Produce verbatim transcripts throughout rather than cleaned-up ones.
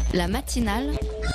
La matinale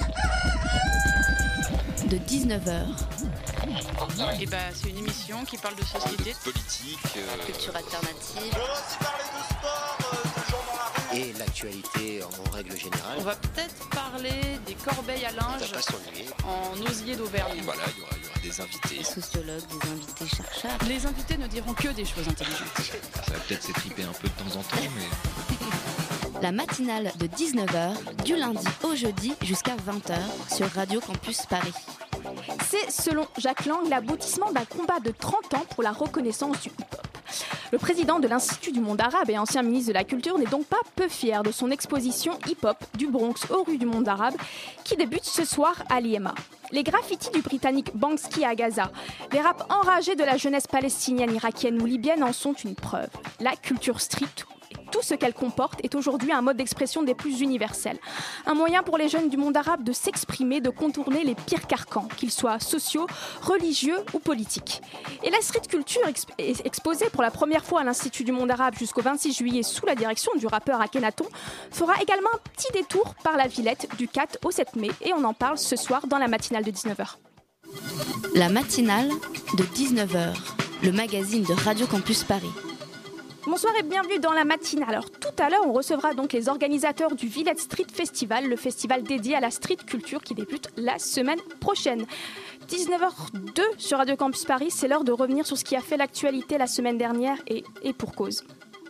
de dix-neuf heures. Et bah, c'est une émission qui parle de société, de politique, euh... culture alternative. On va aussi parler de sport, euh, de gens dans la rue. Et l'actualité en règle générale. On va peut-être parler des corbeilles à linge en osier d'Auvergne. Voilà, il y aura, il y aura des invités. Des sociologues, des invités chercheurs. Les invités ne diront que des choses intelligentes. Ça va peut-être s'étriper un peu de temps en temps, mais... La matinale de dix-neuf heures, du lundi au jeudi jusqu'à vingt heures sur Radio Campus Paris. C'est, selon Jacques Lang, l'aboutissement d'un combat de trente ans pour la reconnaissance du hip-hop. Le président de l'Institut du monde arabe et ancien ministre de la Culture n'est donc pas peu fier de son exposition hip-hop du Bronx aux rues du monde arabe qui débute ce soir à l'I M A. Les graffitis du Britannique Banksy à Gaza, les raps enragés de la jeunesse palestinienne, irakienne ou libyenne en sont une preuve. La culture street, tout ce qu'elle comporte, est aujourd'hui un mode d'expression des plus universels. Un moyen pour les jeunes du monde arabe de s'exprimer, de contourner les pires carcans, qu'ils soient sociaux, religieux ou politiques. Et la street culture, exp- exposée pour la première fois à l'Institut du monde arabe jusqu'au vingt-six juillet sous la direction du rappeur Akhenaton, fera également un petit détour par la Villette du quatre au sept mai. Et on en parle ce soir dans la matinale de dix-neuf heures. La matinale de dix-neuf heures, le magazine de Radio Campus Paris. Bonsoir et bienvenue dans la matinale. Alors tout à l'heure, on recevra donc les organisateurs du Villette Street Festival, le festival dédié à la street culture qui débute la semaine prochaine. dix-neuf heures deux sur Radio Campus Paris, c'est l'heure de revenir sur ce qui a fait l'actualité la semaine dernière et, et pour cause.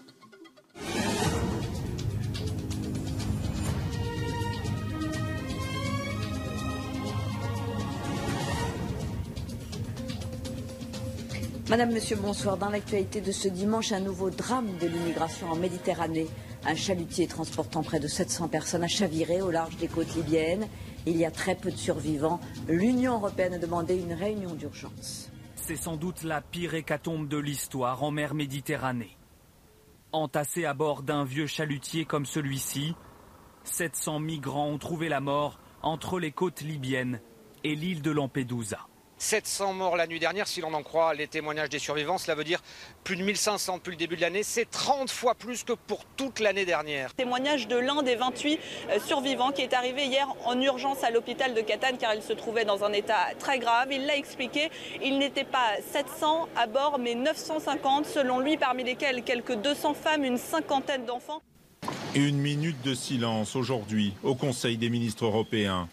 Madame, Monsieur, bonsoir. Dans l'actualité de ce dimanche, un nouveau drame de l'immigration en Méditerranée. Un chalutier transportant près de sept cents personnes a chaviré au large des côtes libyennes. Il y a très peu de survivants. L'Union européenne a demandé une réunion d'urgence. C'est sans doute la pire hécatombe de l'histoire en mer Méditerranée. Entassés à bord d'un vieux chalutier comme celui-ci, sept cents migrants ont trouvé la mort entre les côtes libyennes et l'île de Lampedusa. sept cents morts la nuit dernière, si l'on en croit les témoignages des survivants. Cela veut dire plus de mille cinq cents depuis le début de l'année. C'est trente fois plus que pour toute l'année dernière. Témoignage de l'un des vingt-huit survivants qui est arrivé hier en urgence à l'hôpital de Catane car il se trouvait dans un état très grave. Il l'a expliqué, il n'était pas sept cents à bord mais neuf cent cinquante selon lui, parmi lesquels quelques deux cents femmes, une cinquantaine d'enfants. Une minute de silence aujourd'hui au Conseil des ministres européens.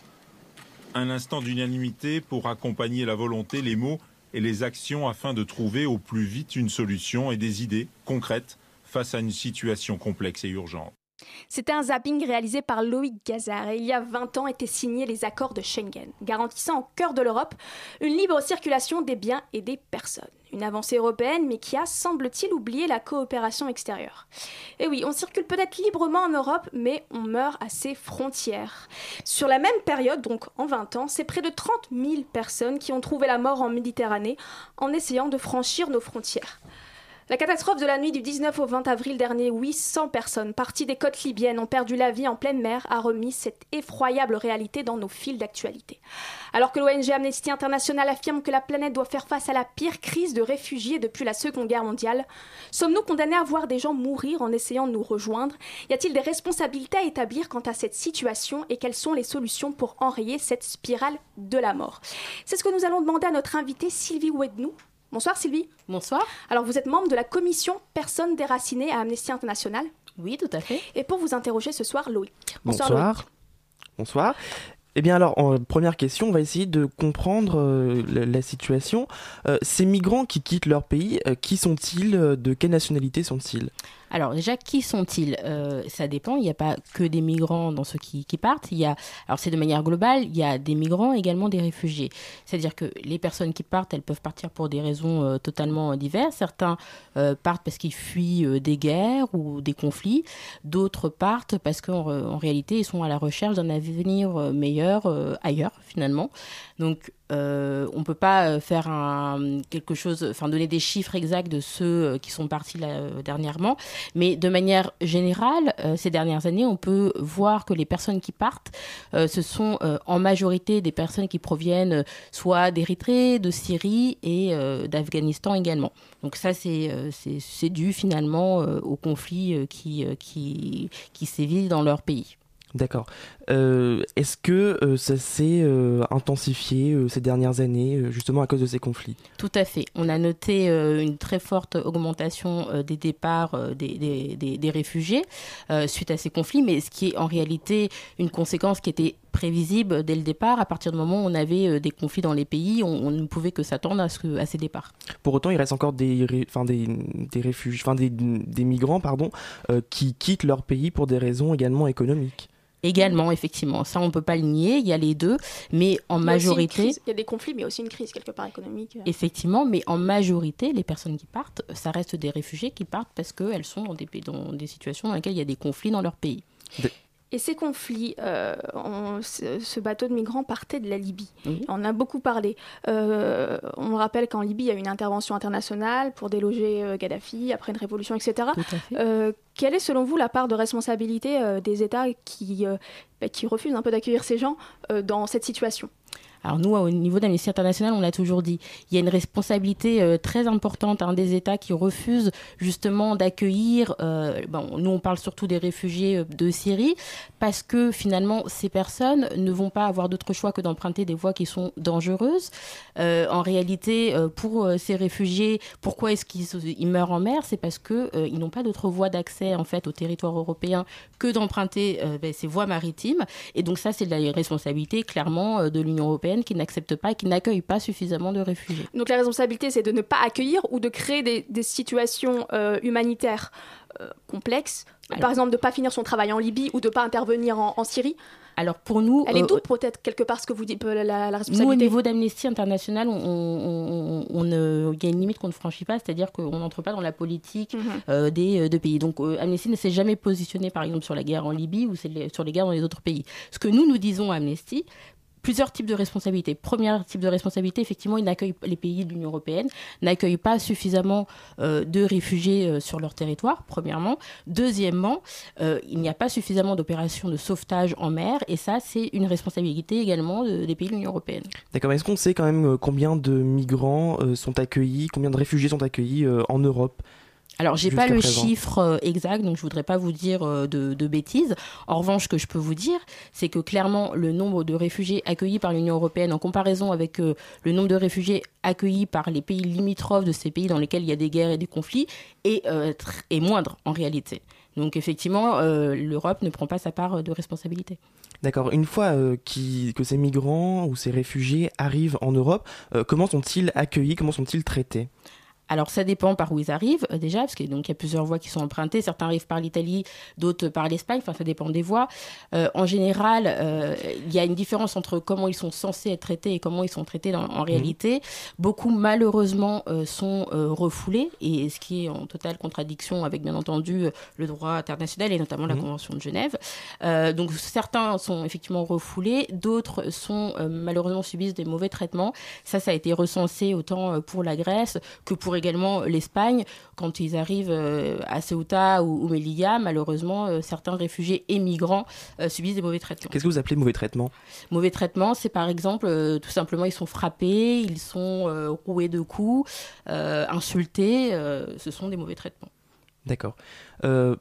Un instant d'unanimité pour accompagner la volonté, les mots et les actions afin de trouver au plus vite une solution et des idées concrètes face à une situation complexe et urgente. C'était un zapping réalisé par Loïc Gazard et il y a vingt ans étaient signés les accords de Schengen, garantissant au cœur de l'Europe une libre circulation des biens et des personnes. Une avancée européenne, mais qui a, semble-t-il, oublié la coopération extérieure. Et oui, on circule peut-être librement en Europe, mais on meurt à ses frontières. Sur la même période, donc en vingt ans, c'est près de trente mille personnes qui ont trouvé la mort en Méditerranée en essayant de franchir nos frontières. La catastrophe de la nuit du dix-neuf au vingt avril dernier, huit cents personnes parties des côtes libyennes ont perdu la vie en pleine mer, a remis cette effroyable réalité dans nos fils d'actualité. Alors que l'O N G Amnesty International affirme que la planète doit faire face à la pire crise de réfugiés depuis la Seconde Guerre mondiale, sommes-nous condamnés à voir des gens mourir en essayant de nous rejoindre ? Y a-t-il des responsabilités à établir quant à cette situation et quelles sont les solutions pour enrayer cette spirale de la mort ? C'est ce que nous allons demander à notre invitée Sylvie Wednou. Bonsoir Sylvie. Bonsoir. Alors vous êtes membre de la commission Personnes déracinées à Amnesty International. Oui, tout à fait. Et pour vous interroger ce soir, Loïc. Bonsoir. Bonsoir. Loïc. Bonsoir. Eh bien alors, en première question, on va essayer de comprendre euh, la, la situation. Euh, ces migrants qui quittent leur pays, euh, qui sont-ils ? De quelle nationalité sont-ils ? Alors déjà, qui sont-ils ? euh, Ça dépend, il n'y a pas que des migrants dans ceux qui, qui partent. Il y a, alors c'est de manière globale, il y a des migrants, également des réfugiés. C'est-à-dire que les personnes qui partent, elles peuvent partir pour des raisons euh, totalement diverses. Certains euh, partent parce qu'ils fuient euh, des guerres ou des conflits. D'autres partent parce qu'en en réalité, ils sont à la recherche d'un avenir euh, meilleur euh, ailleurs, finalement. Donc, euh, on ne peut pas faire un, quelque chose, enfin donner des chiffres exacts de ceux qui sont partis là, euh, dernièrement, mais de manière générale, euh, ces dernières années, on peut voir que les personnes qui partent, euh, ce sont euh, en majorité des personnes qui proviennent euh, soit d'Érythrée, de Syrie et euh, d'Afghanistan également. Donc ça, c'est, euh, c'est, c'est dû finalement euh, au conflit euh, qui, euh, qui, qui sévit dans leur pays. D'accord. Euh, est-ce que euh, ça s'est euh, intensifié euh, ces dernières années, euh, justement à cause de ces conflits ? Tout à fait. On a noté euh, une très forte augmentation euh, des départs euh, des, des, des, des réfugiés euh, suite à ces conflits, mais ce qui est en réalité une conséquence qui était prévisible dès le départ. À partir du moment où on avait euh, des conflits dans les pays, on, on ne pouvait que s'attendre à, ce, à ces départs. Pour autant, il reste encore des, ré, des, des, réfugiés, des, des migrants pardon, euh, qui quittent leur pays pour des raisons également économiques. Également, effectivement. Ça, on ne peut pas le nier. Il y a les deux. Mais en il majorité... Il y a des conflits, mais aussi une crise, quelque part, économique. Effectivement, mais en majorité, les personnes qui partent, ça reste des réfugiés qui partent parce qu'elles sont dans des, dans des situations dans lesquelles il y a des conflits dans leur pays. De... Et ces conflits, euh, on, ce, ce bateau de migrants partait de la Libye. Oui. On en a beaucoup parlé. Euh, on rappelle qu'en Libye, il y a eu une intervention internationale pour déloger euh, Kadhafi après une révolution, et cetera. Tout à fait. Euh, quelle est, selon vous, la part de responsabilité euh, des États qui, euh, bah, qui refusent un peu d'accueillir ces gens euh, dans cette situation ? Alors nous, au niveau d'Amnesty International, on l'a toujours dit, il y a une responsabilité euh, très importante hein, des États qui refusent justement d'accueillir, euh, bon, nous on parle surtout des réfugiés de Syrie, parce que finalement ces personnes ne vont pas avoir d'autre choix que d'emprunter des voies qui sont dangereuses. Euh, en réalité, euh, pour euh, ces réfugiés, pourquoi est-ce qu'ils ils meurent en mer ? C'est parce qu'ils euh, n'ont pas d'autre voie d'accès en fait, au territoire européen que d'emprunter euh, ben, ces voies maritimes. Et donc ça, c'est de la responsabilité clairement euh, de l'Union européenne qui n'acceptent pas et qui n'accueillent pas suffisamment de réfugiés. Donc la responsabilité, c'est de ne pas accueillir ou de créer des, des situations euh, humanitaires euh, complexes. Alors, par exemple, de ne pas finir son travail en Libye ou de ne pas intervenir en, en Syrie. Alors pour nous... Elle est double euh, peut-être quelque part ce que vous dites, la, la responsabilité. Nous, au niveau d'Amnesty International, on, on, on, on, euh, y a une limite qu'on ne franchit pas, c'est-à-dire qu'on n'entre pas dans la politique mm-hmm. euh, des deux pays. Donc euh, Amnesty ne s'est jamais positionné par exemple sur la guerre en Libye ou sur les guerres dans les autres pays. Ce que nous, nous disons à Amnesty... Plusieurs types de responsabilités. Premier type de responsabilité, effectivement, ils n'accueillent, les pays de l'Union européenne n'accueillent pas suffisamment euh, de réfugiés euh, sur leur territoire, premièrement. Deuxièmement, euh, il n'y a pas suffisamment d'opérations de sauvetage en mer, et ça, c'est une responsabilité également de, des pays de l'Union européenne. D'accord, est-ce qu'on sait quand même combien de migrants euh, sont accueillis, combien de réfugiés sont accueillis euh, en Europe ? Alors, j'ai pas le présent. chiffre euh, exact, donc je voudrais pas vous dire euh, de, de bêtises. En revanche, ce que je peux vous dire, c'est que clairement, le nombre de réfugiés accueillis par l'Union européenne, en comparaison avec euh, le nombre de réfugiés accueillis par les pays limitrophes de ces pays dans lesquels il y a des guerres et des conflits, est, euh, tr- est moindre en réalité. Donc effectivement, euh, l'Europe ne prend pas sa part de responsabilité. D'accord. Une fois euh, qui, que ces migrants ou ces réfugiés arrivent en Europe, euh, comment sont-ils accueillis, comment sont-ils traités ? Alors, ça dépend par où ils arrivent, euh, déjà, parce qu'il y a plusieurs voies qui sont empruntées. Certains arrivent par l'Italie, d'autres par l'Espagne. Enfin, ça dépend des voies. Euh, en général, euh, il y a une différence entre comment ils sont censés être traités et comment ils sont traités dans, en réalité. Mmh. Beaucoup, malheureusement, euh, sont euh, refoulés, et ce qui est en totale contradiction avec, bien entendu, le droit international et notamment la mmh. Convention de Genève. Euh, donc, certains sont effectivement refoulés. D'autres sont, euh, malheureusement, subissent des mauvais traitements. Ça, ça a été recensé autant pour la Grèce que pour également l'Espagne. Quand ils arrivent à Ceuta ou, ou Melilla, malheureusement, certains réfugiés et migrants euh, subissent des mauvais traitements. Qu'est-ce que vous appelez mauvais traitements ? Mauvais traitements, c'est par exemple, euh, tout simplement, ils sont frappés, ils sont euh, roués de coups, euh, insultés. Euh, ce sont des mauvais traitements. D'accord. Euh...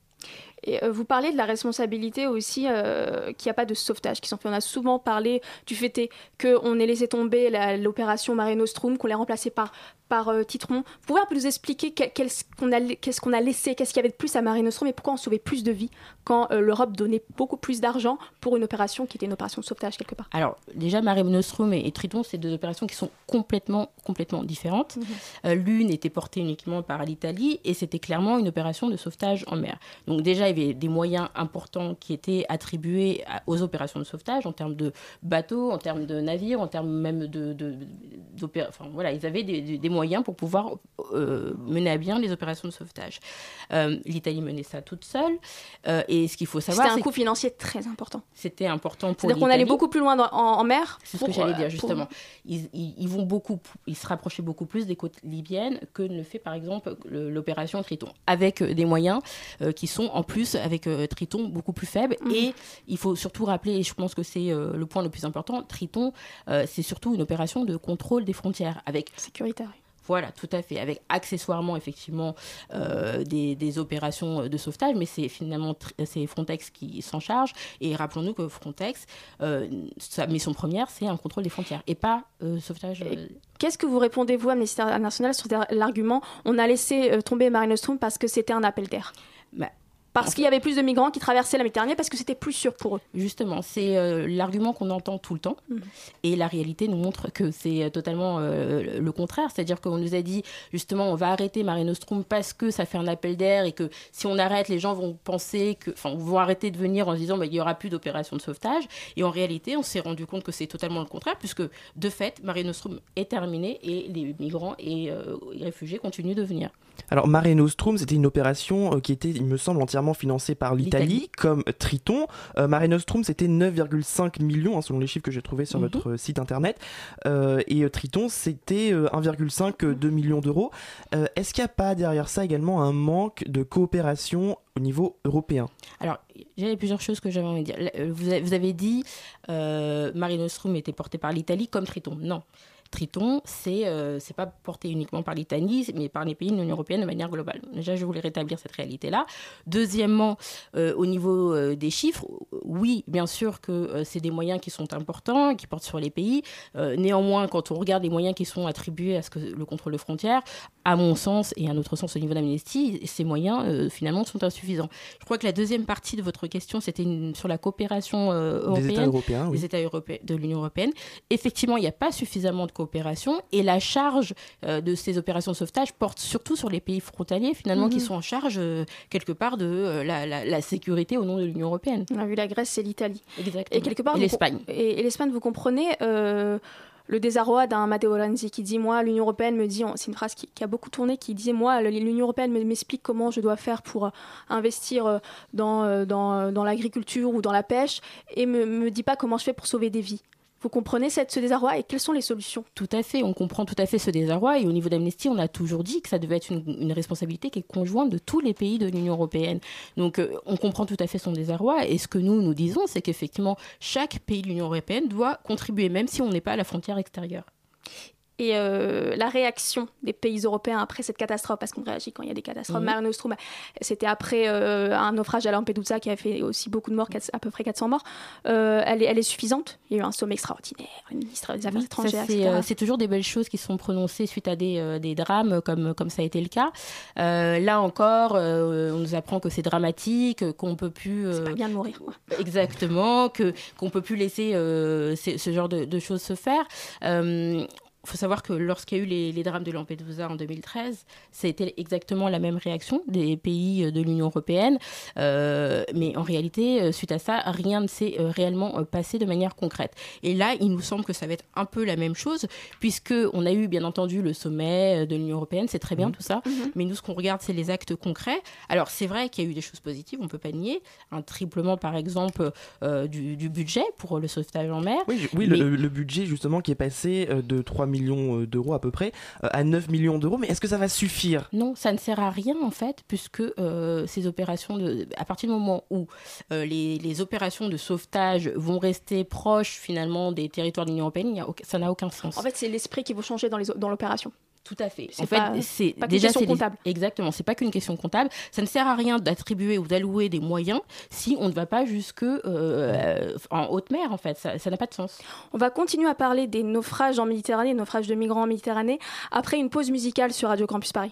Et euh, vous parlez de la responsabilité aussi euh, qu'il n'y a pas de sauvetage qui sont faits. On a souvent parlé du fait qu'on ait laissé tomber la, l'opération Mare Nostrum, qu'on l'ait remplacée par, par euh, Triton. Vous pouvez un peu nous expliquer quel, quel, qu'on a, qu'est-ce qu'on a laissé, qu'est-ce qu'il y avait de plus à Mare Nostrum et pourquoi on sauvait plus de vies quand euh, l'Europe donnait beaucoup plus d'argent pour une opération qui était une opération de sauvetage quelque part ? Alors déjà, Mare Nostrum et, et Triton, c'est deux opérations qui sont complètement, complètement différentes. Mmh. Euh, l'une était portée uniquement par l'Italie et c'était clairement une opération de sauvetage en mer. Donc déjà, il y avait des moyens importants qui étaient attribués à, aux opérations de sauvetage en termes de bateaux, en termes de navires, en termes même de, de, d'opéra... Enfin voilà, ils avaient des, des moyens pour pouvoir euh, mener à bien les opérations de sauvetage. Euh, L'Italie menait ça toute seule. Euh, et ce qu'il faut savoir, c'était un c'est coût financier très important. C'était important pour C'est-à-dire l'Italie. qu'on allait beaucoup plus loin dans, en, en mer. C'est ce que j'allais dire justement. Pour... Ils, ils, ils vont beaucoup, ils se rapprochaient beaucoup plus des côtes libyennes que ne le fait par exemple le, l'opération Triton, avec des moyens euh, qui sont en plus avec euh, Triton beaucoup plus faibles. Mmh. Et il faut surtout rappeler, et je pense que c'est euh, le point le plus important, Triton, euh, c'est surtout une opération de contrôle des frontières avec sécuritaire. Voilà, tout à fait, avec accessoirement effectivement euh, des, des opérations de sauvetage, mais c'est finalement c'est Frontex qui s'en charge. Et rappelons-nous que Frontex, euh, sa mission première, c'est un contrôle des frontières et pas euh, sauvetage. Euh... Qu'est-ce que vous répondez, vous, Amnesty International, sur l'argument on a laissé euh, tomber Mare Nostrum parce que c'était un appel d'air bah, Parce qu'il y avait plus de migrants qui traversaient la Méditerranée, parce que c'était plus sûr pour eux. Justement, c'est euh, l'argument qu'on entend tout le temps. Mmh. Et la réalité nous montre que c'est totalement euh, le contraire. C'est-à-dire qu'on nous a dit, justement, on va arrêter Mare Nostrum parce que ça fait un appel d'air et que si on arrête, les gens vont penser que, enfin, vont arrêter de venir en se disant, bah, il n'y aura plus d'opération de sauvetage. Et en réalité, on s'est rendu compte que c'est totalement le contraire, puisque de fait, Mare Nostrum est terminé et les migrants et euh, les réfugiés continuent de venir. Alors, Mare Nostrum, c'était une opération qui était, il me semble, entièrement financée par l'Italie, l'Italie. comme Triton. Euh, Mare Nostrum, c'était neuf virgule cinq millions, hein, selon les chiffres que j'ai trouvés sur mm-hmm. votre site internet. Euh, et euh, Triton, c'était euh, un virgule cinq euh, deux millions d'euros. Euh, est-ce qu'il n'y a pas derrière ça également un manque de coopération au niveau européen ? Alors, il y a plusieurs choses que j'avais envie de dire. Vous avez, vous avez dit euh, Mare Nostrum était porté par l'Italie comme Triton. Non. Triton, c'est euh, c'est pas porté uniquement par l'Italie, mais par les pays de l'Union européenne de manière globale. Déjà, je voulais rétablir cette réalité-là. Deuxièmement, euh, au niveau euh, des chiffres, oui, bien sûr que euh, c'est des moyens qui sont importants, qui portent sur les pays. Euh, néanmoins, quand on regarde les moyens qui sont attribués à ce que le contrôle de frontières, à mon sens et à notre sens au niveau d'Amnesty, ces moyens euh, finalement sont insuffisants. Je crois que la deuxième partie de votre question, c'était une, sur la coopération euh, européenne, des États européens, oui. des États européens, de l'Union européenne. Effectivement, il n'y a pas suffisamment de coopération et la charge euh, de ces opérations de sauvetage porte surtout sur les pays frontaliers finalement mmh. qui sont en charge euh, quelque part de euh, la, la, la sécurité au nom de l'Union européenne. On a vu la Grèce et l'Italie. Exactement. Et quelque part, et l'Espagne. Com- et, et l'Espagne, vous comprenez euh, le désarroi d'un Matteo Renzi qui dit moi l'Union européenne me dit, c'est une phrase qui, qui a beaucoup tourné, qui disait moi l'Union européenne m'explique comment je dois faire pour investir dans, dans, dans l'agriculture ou dans la pêche et me, me dit pas comment je fais pour sauver des vies. Vous comprenez cette, ce désarroi et quelles sont les solutions ? Tout à fait, on comprend tout à fait ce désarroi et au niveau d'Amnesty, on a toujours dit que ça devait être une, une responsabilité qui est conjointe de tous les pays de l'Union européenne. Donc euh, on comprend tout à fait son désarroi et ce que nous, nous disons, c'est qu'effectivement, chaque pays de l'Union européenne doit contribuer, même si on n'est pas à la frontière extérieure. Et euh, la réaction des pays européens après cette catastrophe, parce qu'on réagit quand il y a des catastrophes. Mmh. Mare Nostrum, c'était après euh, un naufrage à Lampedusa qui a fait aussi beaucoup de morts, à peu près quatre cents morts. Euh, elle, est, elle est suffisante. Il y a eu un sommet extraordinaire, le ministre des Affaires oui, étrangères, c'est, et cetera. Euh, c'est toujours des belles choses qui sont prononcées suite à des, euh, des drames, comme, comme ça a été le cas. Euh, là encore, euh, on nous apprend que c'est dramatique, qu'on peut plus... Euh, c'est pas bien de mourir. Quoi. Exactement, que, qu'on peut plus laisser euh, ce, ce genre de, de choses se faire. Euh, Il faut savoir que lorsqu'il y a eu les, les drames de Lampedusa en deux mille treize, ça a été exactement la même réaction des pays de l'Union européenne. Euh, mais en réalité, suite à ça, rien ne s'est réellement passé de manière concrète. Et là, il nous semble que ça va être un peu la même chose, puisqu'on a eu, bien entendu, le sommet de l'Union européenne, c'est très bien mmh. tout ça. Mmh. Mais nous, ce qu'on regarde, c'est les actes concrets. Alors, c'est vrai qu'il y a eu des choses positives, on ne peut pas nier. Un triplement, par exemple, euh, du, du budget pour le sauvetage en mer. Oui, oui mais... le, le budget, justement, qui est passé de trois millions d'euros à peu près à neuf millions d'euros, mais est-ce que ça va suffire ? Non, ça ne sert à rien en fait, puisque euh, ces opérations, de, à partir du moment où euh, les, les opérations de sauvetage vont rester proches finalement des territoires de l'Union européenne, y a, ça n'a aucun sens. En fait, c'est l'esprit qui va changer dans, les, dans l'opération. Tout à fait. C'est en pas, fait, c'est pas déjà question c'est comptable. Les... Exactement, c'est pas qu'une question comptable. Ça ne sert à rien d'attribuer ou d'allouer des moyens si on ne va pas jusque euh, en haute mer en fait. Ça, ça n'a pas de sens. On va continuer à parler des naufrages en Méditerranée, naufrages de migrants en Méditerranée, après une pause musicale sur Radio Campus Paris.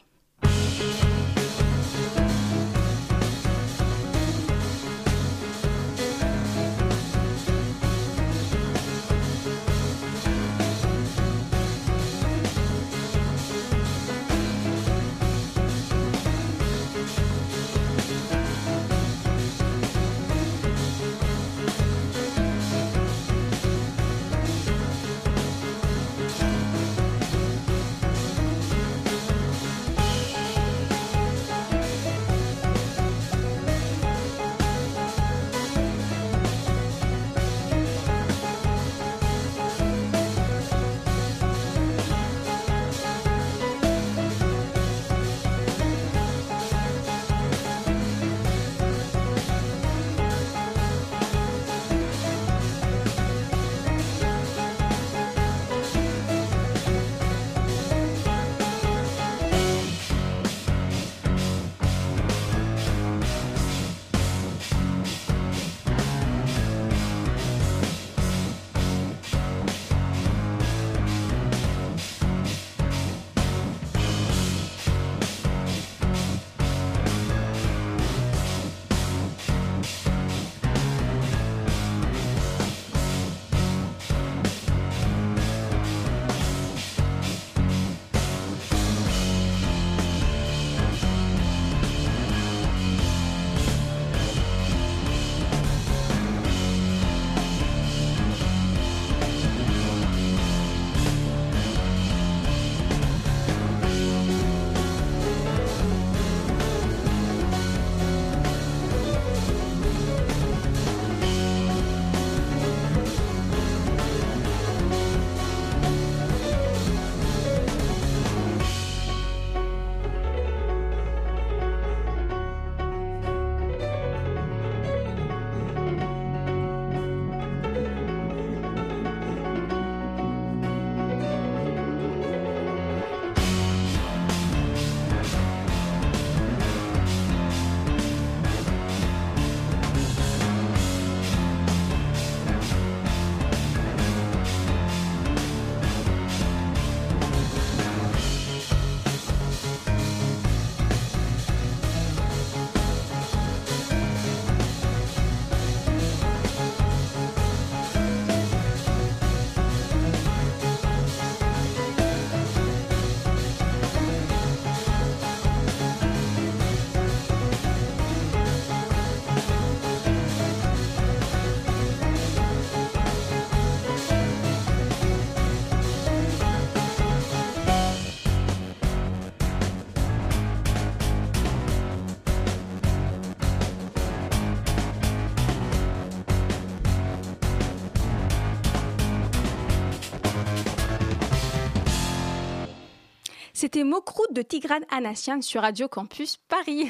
C'était Mokrout de Tigran Anassian sur Radio Campus Paris.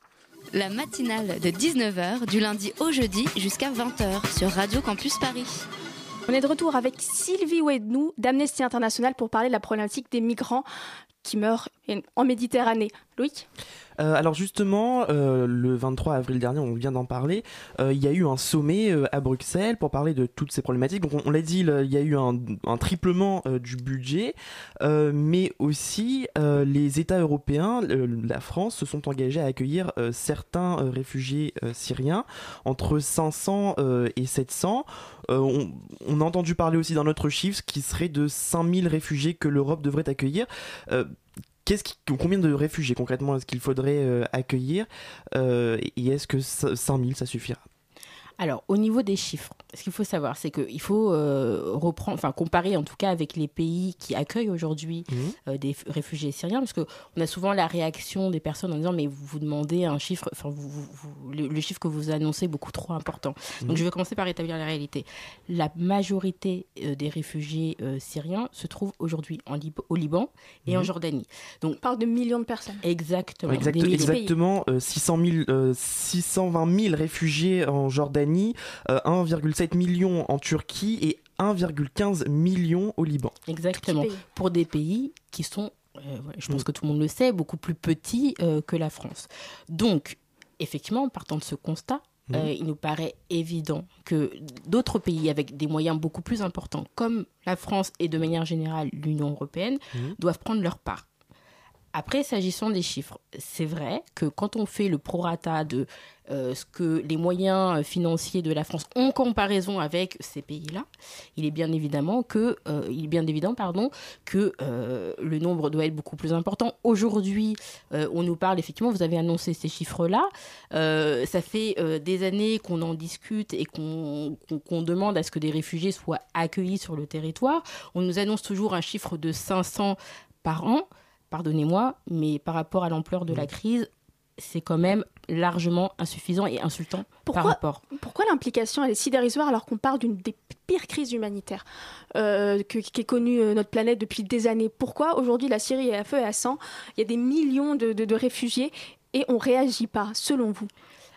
La matinale de dix-neuf heures du lundi au jeudi jusqu'à vingt heures sur Radio Campus Paris. On est de retour avec Sylvie Wednou d'Amnesty International pour parler de la problématique des migrants qui meurent en Méditerranée. Loïc ? Euh, alors justement, euh, le vingt-trois avril dernier, on vient d'en parler, euh, il y a eu un sommet euh, à Bruxelles pour parler de toutes ces problématiques. Donc on, on l'a dit, là, il y a eu un, un triplement euh, du budget, euh, mais aussi euh, les États européens, euh, la France, se sont engagés à accueillir euh, certains euh, réfugiés euh, syriens, entre cinq cents euh, et sept cents. Euh, on, on a entendu parler aussi d'un autre chiffre qui serait de cinq mille réfugiés que l'Europe devrait accueillir. Euh, Qu'est-ce qui, combien de réfugiés concrètement est-ce qu'il faudrait euh, accueillir euh, et est-ce que cinq mille ça suffira ? Alors, au niveau des chiffres, ce qu'il faut savoir, c'est qu'il faut euh, reprendre, enfin comparer en tout cas avec les pays qui accueillent aujourd'hui mmh. euh, des réfugiés syriens, parce qu'on a souvent la réaction des personnes en disant mais vous vous demandez un chiffre, enfin vous, vous, vous, le, le chiffre que vous annoncez est beaucoup trop important. Mmh. Donc je vais commencer par établir la réalité. La majorité euh, des réfugiés euh, syriens se trouvent aujourd'hui en Lib- au Liban et mmh. en Jordanie. Donc on parle de millions de personnes. Exactement. Exact, exactement, euh, six cent mille, euh, six cent vingt mille réfugiés en Jordanie. Euh, un virgule sept million en Turquie et un virgule quinze million au Liban. Exactement, pour des pays qui sont, euh, je pense mmh. que tout le monde le sait, beaucoup plus petits euh, que la France. Donc, effectivement, en partant de ce constat, mmh. euh, il nous paraît évident que d'autres pays avec des moyens beaucoup plus importants, comme la France et de manière générale l'Union européenne, mmh. doivent prendre leur part. Après, s'agissant des chiffres, c'est vrai que quand on fait le prorata de euh, ce que les moyens financiers de la France ont en comparaison avec ces pays-là, il est bien évidemment que, euh, il est bien évident, pardon, que euh, le nombre doit être beaucoup plus important. Aujourd'hui, euh, on nous parle, effectivement, vous avez annoncé ces chiffres-là. Euh, ça fait euh, des années qu'on en discute et qu'on, qu'on, qu'on demande à ce que des réfugiés soient accueillis sur le territoire. On nous annonce toujours un chiffre de cinq cents par an. Pardonnez-moi, mais par rapport à l'ampleur de la crise, c'est quand même largement insuffisant et insultant pourquoi, par rapport. Pourquoi l'implication elle est si dérisoire alors qu'on parle d'une des pires crises humanitaires euh, que, qui est connue euh, notre planète depuis des années ? Pourquoi aujourd'hui la Syrie est à feu et à sang, il y a des millions de, de, de réfugiés et on ne réagit pas, selon vous ?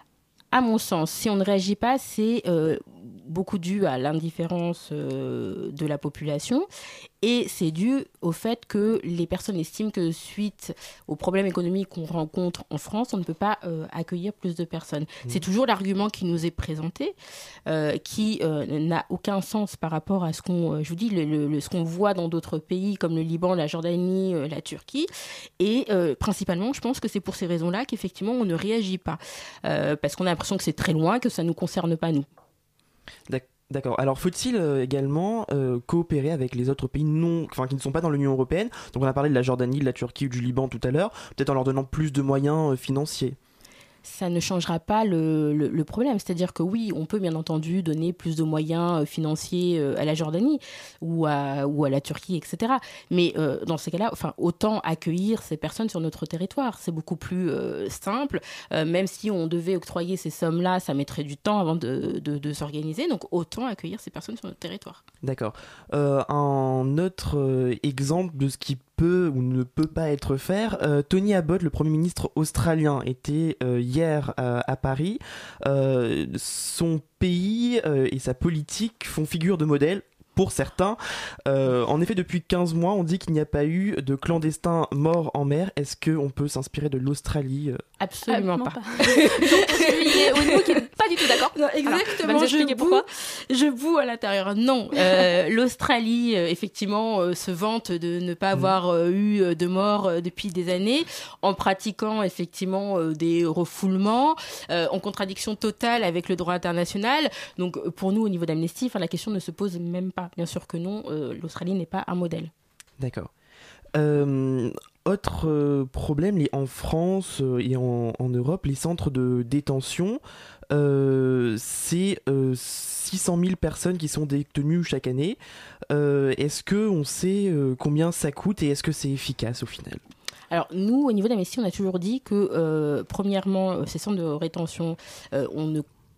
À mon sens, si on ne réagit pas, c'est euh, beaucoup dû à l'indifférence euh, de la population et c'est dû au fait que les personnes estiment que suite aux problèmes économiques qu'on rencontre en France, on ne peut pas euh, accueillir plus de personnes. Mmh. C'est toujours l'argument qui nous est présenté, euh, qui euh, n'a aucun sens par rapport à ce qu'on, euh, je vous dis, le, le, ce qu'on voit dans d'autres pays comme le Liban, la Jordanie, euh, la Turquie. Et euh, principalement, je pense que c'est pour ces raisons-là qu'effectivement, on ne réagit pas. Euh, parce qu'on a l'impression que c'est très loin, que ça ne nous concerne pas, nous. D'accord. Alors, faut-il euh, également euh, coopérer avec les autres pays non, enfin, qui ne sont pas dans l'Union européenne ? Donc, on a parlé de la Jordanie, de la Turquie ou du Liban tout à l'heure, peut-être en leur donnant plus de moyens euh, financiers. Ça ne changera pas le, le, le problème. C'est-à-dire que oui, on peut bien entendu donner plus de moyens financiers à la Jordanie ou à, ou à la Turquie, et cetera. Mais euh, dans ces cas-là, enfin, autant accueillir ces personnes sur notre territoire. C'est beaucoup plus euh, simple. Euh, même si on devait octroyer ces sommes-là, ça mettrait du temps avant de, de, de s'organiser. Donc autant accueillir ces personnes sur notre territoire. D'accord. Euh, un autre euh, exemple de ce qui peut ou ne peut pas être fait. Euh, Tony Abbott, le Premier ministre australien, était euh, hier euh, à Paris. Euh, son pays euh, et sa politique font figure de modèle pour certains. Euh, en effet, depuis quinze mois, on dit qu'il n'y a pas eu de clandestins morts en mer. Est-ce qu'on peut s'inspirer de l'Australie ? Absolument, Absolument pas. pas. Donc, qui n'est pas du tout d'accord. Non, exactement, Alors, je, boue, je boue à l'intérieur. Non, euh, l'Australie, euh, effectivement, euh, se vante de ne pas avoir euh, eu de morts euh, depuis des années, en pratiquant effectivement euh, des refoulements, euh, en contradiction totale avec le droit international. Donc, pour nous, au niveau d'Amnesty, la question ne se pose même pas. Bien sûr que non, euh, l'Australie n'est pas un modèle. D'accord. Euh, autre euh, problème, les, en France euh, et en, en Europe, les centres de détention, euh, c'est euh, six cent mille personnes qui sont détenues chaque année. Euh, est-ce qu'on sait euh, combien ça coûte et est-ce que c'est efficace au final ? Alors, nous, au niveau d'Amnesty, on a toujours dit que, euh, premièrement, ces centres de rétention, euh, on ne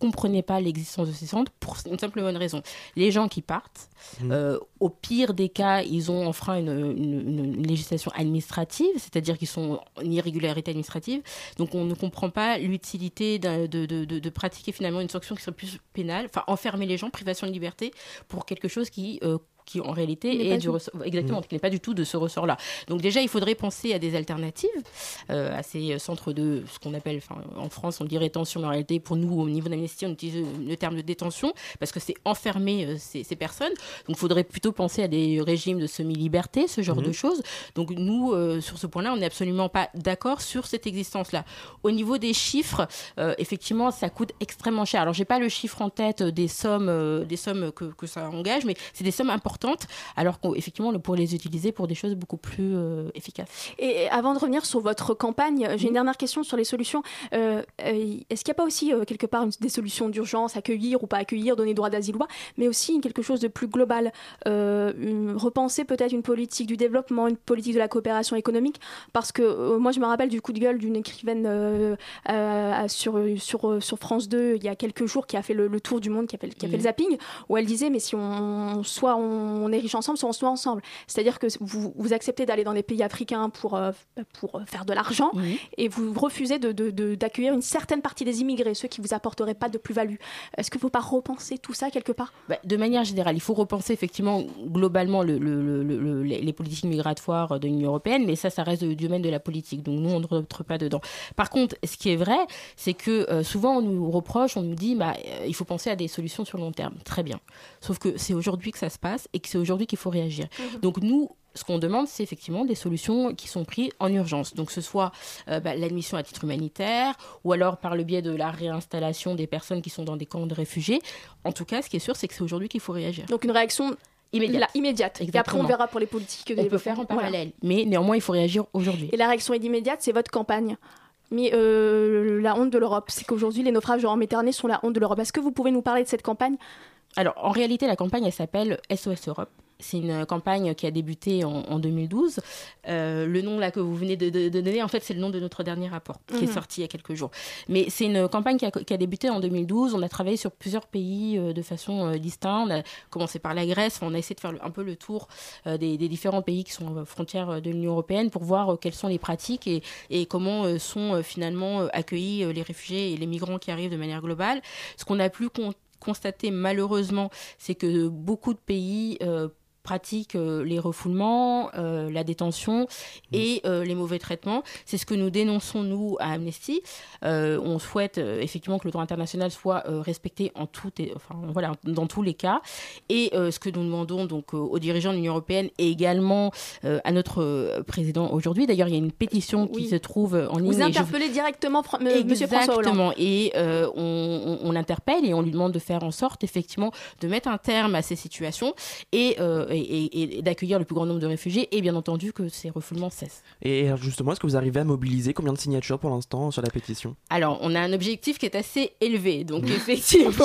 comprenait pas l'existence de ces centres pour une simple et bonne raison. Les gens qui partent, mmh. euh, au pire des cas, ils ont enfreint une, une, une législation administrative, c'est-à-dire qu'ils sont en irrégularité administrative. Donc, on ne comprend pas l'utilité de, de, de, de pratiquer finalement une sanction qui serait plus pénale, enfin, enfermer les gens, privation de liberté, pour quelque chose qui... Euh, qui en réalité est du ressort, exactement, mmh. qui n'est pas du tout de ce ressort-là. Donc déjà, il faudrait penser à des alternatives euh, à ces centres de ce qu'on appelle, enfin, en France, on dit rétention, mais en réalité, pour nous, au niveau d'Amnesty, on utilise le terme de détention parce que c'est enfermer euh, ces, ces personnes. Donc, il faudrait plutôt penser à des régimes de semi-liberté, ce genre mmh. de choses. Donc, nous, euh, sur ce point-là, on n'est absolument pas d'accord sur cette existence-là. Au niveau des chiffres, euh, effectivement, ça coûte extrêmement cher. Alors, j'ai pas le chiffre en tête des sommes, euh, des sommes que, que ça engage, mais c'est des sommes importantes. Alors qu'effectivement, on pourrait les utiliser pour des choses beaucoup plus euh, efficaces. Et avant de revenir sur votre campagne, j'ai mmh. une dernière question sur les solutions. Euh, euh, est-ce qu'il n'y a pas aussi, euh, quelque part, une, des solutions d'urgence, accueillir ou pas accueillir, donner droit d'asile ou pas, mais aussi quelque chose de plus global, euh, une, repenser peut-être une politique du développement, une politique de la coopération économique, parce que euh, moi, je me rappelle du coup de gueule d'une écrivaine euh, euh, sur, sur, sur France deux, il y a quelques jours, qui a fait le, le tour du monde, qui a fait, qui a fait mmh. le zapping, où elle disait, mais si on, soit on on est riche ensemble, soit on se met ensemble. C'est-à-dire que vous, vous acceptez d'aller dans des pays africains pour, euh, pour faire de l'argent mmh. et vous refusez de, de, de, d'accueillir une certaine partie des immigrés, ceux qui ne vous apporteraient pas de plus-value. Est-ce qu'il ne faut pas repenser tout ça quelque part ? bah, De manière générale, il faut repenser effectivement globalement le, le, le, le, les politiques migratoires de l'Union européenne, mais ça, ça reste du domaine de la politique. Donc nous, on ne rentre pas dedans. Par contre, ce qui est vrai, c'est que euh, souvent, on nous reproche, on nous dit bah, euh, il faut penser à des solutions sur le long terme. Très bien. Sauf que c'est aujourd'hui que ça se passe et que c'est aujourd'hui qu'il faut réagir. Mmh. Donc nous, ce qu'on demande, c'est effectivement des solutions qui sont prises en urgence. Donc, ce soit euh, bah, l'admission à titre humanitaire ou alors par le biais de la réinstallation des personnes qui sont dans des camps de réfugiés. En tout cas, ce qui est sûr, c'est que c'est aujourd'hui qu'il faut réagir. Donc, une réaction immédiate. La, immédiate. Et après, on verra pour les politiques. On peut faire en parallèle. Voilà. Mais néanmoins, il faut réagir aujourd'hui. Et la réaction immédiate, c'est votre campagne. Mais euh, la honte de l'Europe, c'est qu'aujourd'hui, les naufrages en Méditerranée sont la honte de l'Europe. Est-ce que vous pouvez nous parler de cette campagne ? Alors, en réalité, la campagne, elle s'appelle S O S Europe. C'est une campagne qui a débuté en, en deux mille douze. Euh, le nom là que vous venez de, de, de donner, en fait, c'est le nom de notre dernier rapport qui mmh. est sorti il y a quelques jours. Mais c'est une campagne qui a, qui a débuté en deux mille douze. On a travaillé sur plusieurs pays euh, de façon euh, distincte. On a commencé par la Grèce. On a essayé de faire un peu le tour euh, des, des différents pays qui sont frontières de l'Union européenne pour voir euh, quelles sont les pratiques et, et comment euh, sont euh, finalement euh, accueillis euh, les réfugiés et les migrants qui arrivent de manière globale. Ce qu'on a pu con- constater malheureusement, c'est que beaucoup de pays euh, pratiquent euh, les refoulements, euh, la détention et euh, les mauvais traitements. C'est ce que nous dénonçons, nous, à Amnesty. Euh, on souhaite euh, effectivement que le droit international soit euh, respecté en tout et, enfin, voilà, dans tous les cas. Et euh, ce que nous demandons donc, euh, aux dirigeants de l'Union européenne et également euh, à notre euh, président aujourd'hui. D'ailleurs, il y a une pétition qui oui. se trouve en ligne. Vous interpellez je... directement fr- M. François Hollande. Exactement. Et euh, on, on, on l'interpelle et on lui demande de faire en sorte, effectivement, de mettre un terme à ces situations et euh, Et, et, et d'accueillir le plus grand nombre de réfugiés et bien entendu que ces refoulements cessent. Et justement, est-ce que vous arrivez à mobiliser combien de signatures pour l'instant sur la pétition ? Alors, on a un objectif qui est assez élevé, donc effectivement,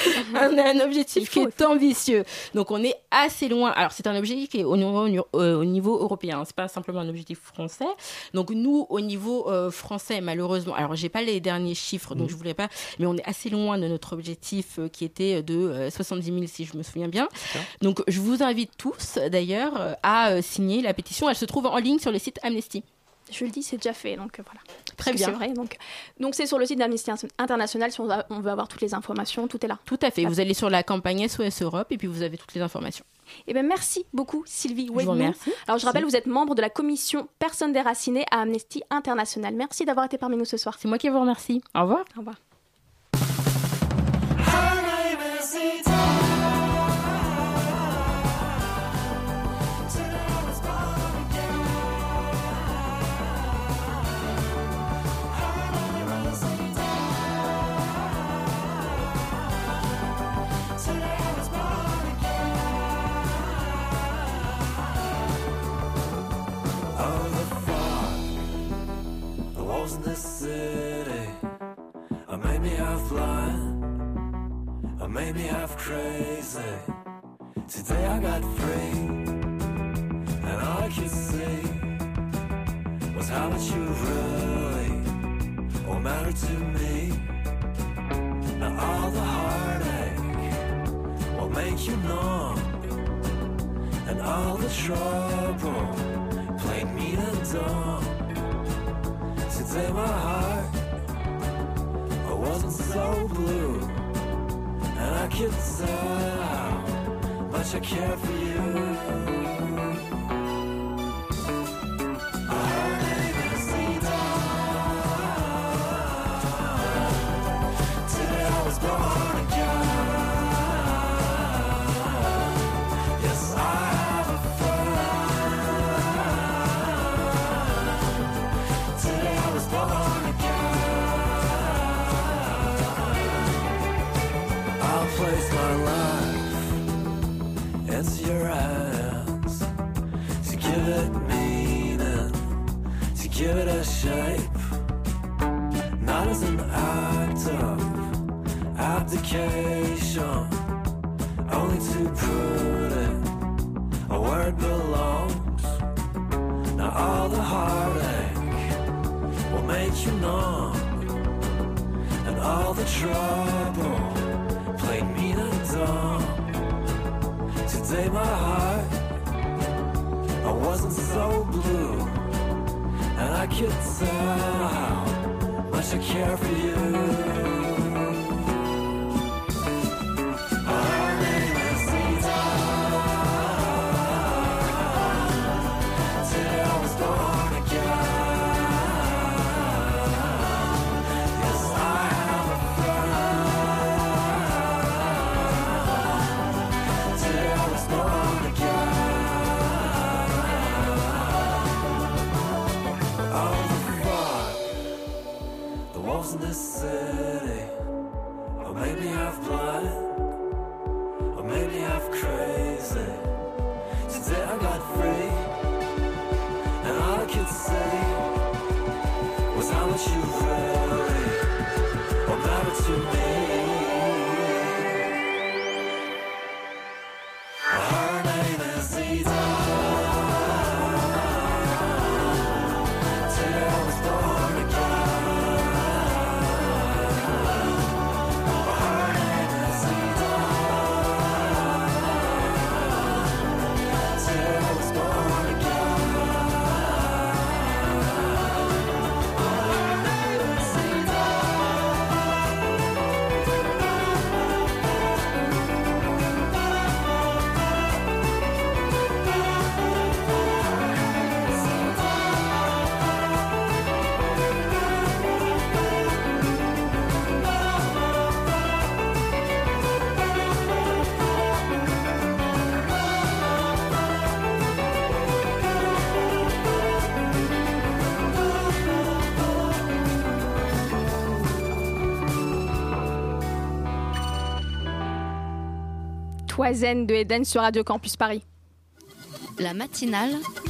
on a un objectif qui est ambitieux. Donc, on est assez loin. Alors, c'est un objectif qui est au niveau, euh, au niveau européen, c'est pas simplement un objectif français. Donc, nous, au niveau euh, français, malheureusement, alors j'ai pas les derniers chiffres, donc mmh. je voudrais pas, mais on est assez loin de notre objectif euh, qui était de euh, soixante-dix mille, si je me souviens bien. Donc, je vous invite tous, d'ailleurs, à euh, signer la pétition. Elle se trouve en ligne sur le site Amnesty. Je le dis, c'est déjà fait, donc voilà. Très bien. C'est vrai, donc donc c'est sur le site d'Amnesty International. Si on, va, on veut avoir toutes les informations, tout est là. Tout à fait. Vous allez sur la campagne S O S Europe et puis vous avez toutes les informations. Eh bien, merci beaucoup, Sylvie Wednou. Je vous remercie. Alors, je rappelle, vous êtes membre de la commission Personnes déracinées à Amnesty International. Merci d'avoir été parmi nous ce soir. C'est moi qui vous remercie. Au revoir. Au revoir. In the city, or made me half blind, or made me half crazy. Today I got free, and all I could see was how much you really all mattered to me. Now all the heartache will make you numb, and all the trouble played mean and dumb. Today my heart, I wasn't so blue, and I could tell how much I care for you. Place my life into your hands, to give it meaning, to give it a shape, not as an act of abdication, only to put it where it belongs. Now all the heartache will make you numb, and all the trouble played mean and dumb. Today my heart, I wasn't so blue, and I could tell how much I care for you. Our name is Zita. Today I was born again. Yes, I have a friend. In this city, or maybe half blind, or maybe half crazy. Today I got free, and all I could say was how much you really or matter to me. Her name is Zita. Today I was born again. Toizen de Eden sur Radio Campus Paris. La matinale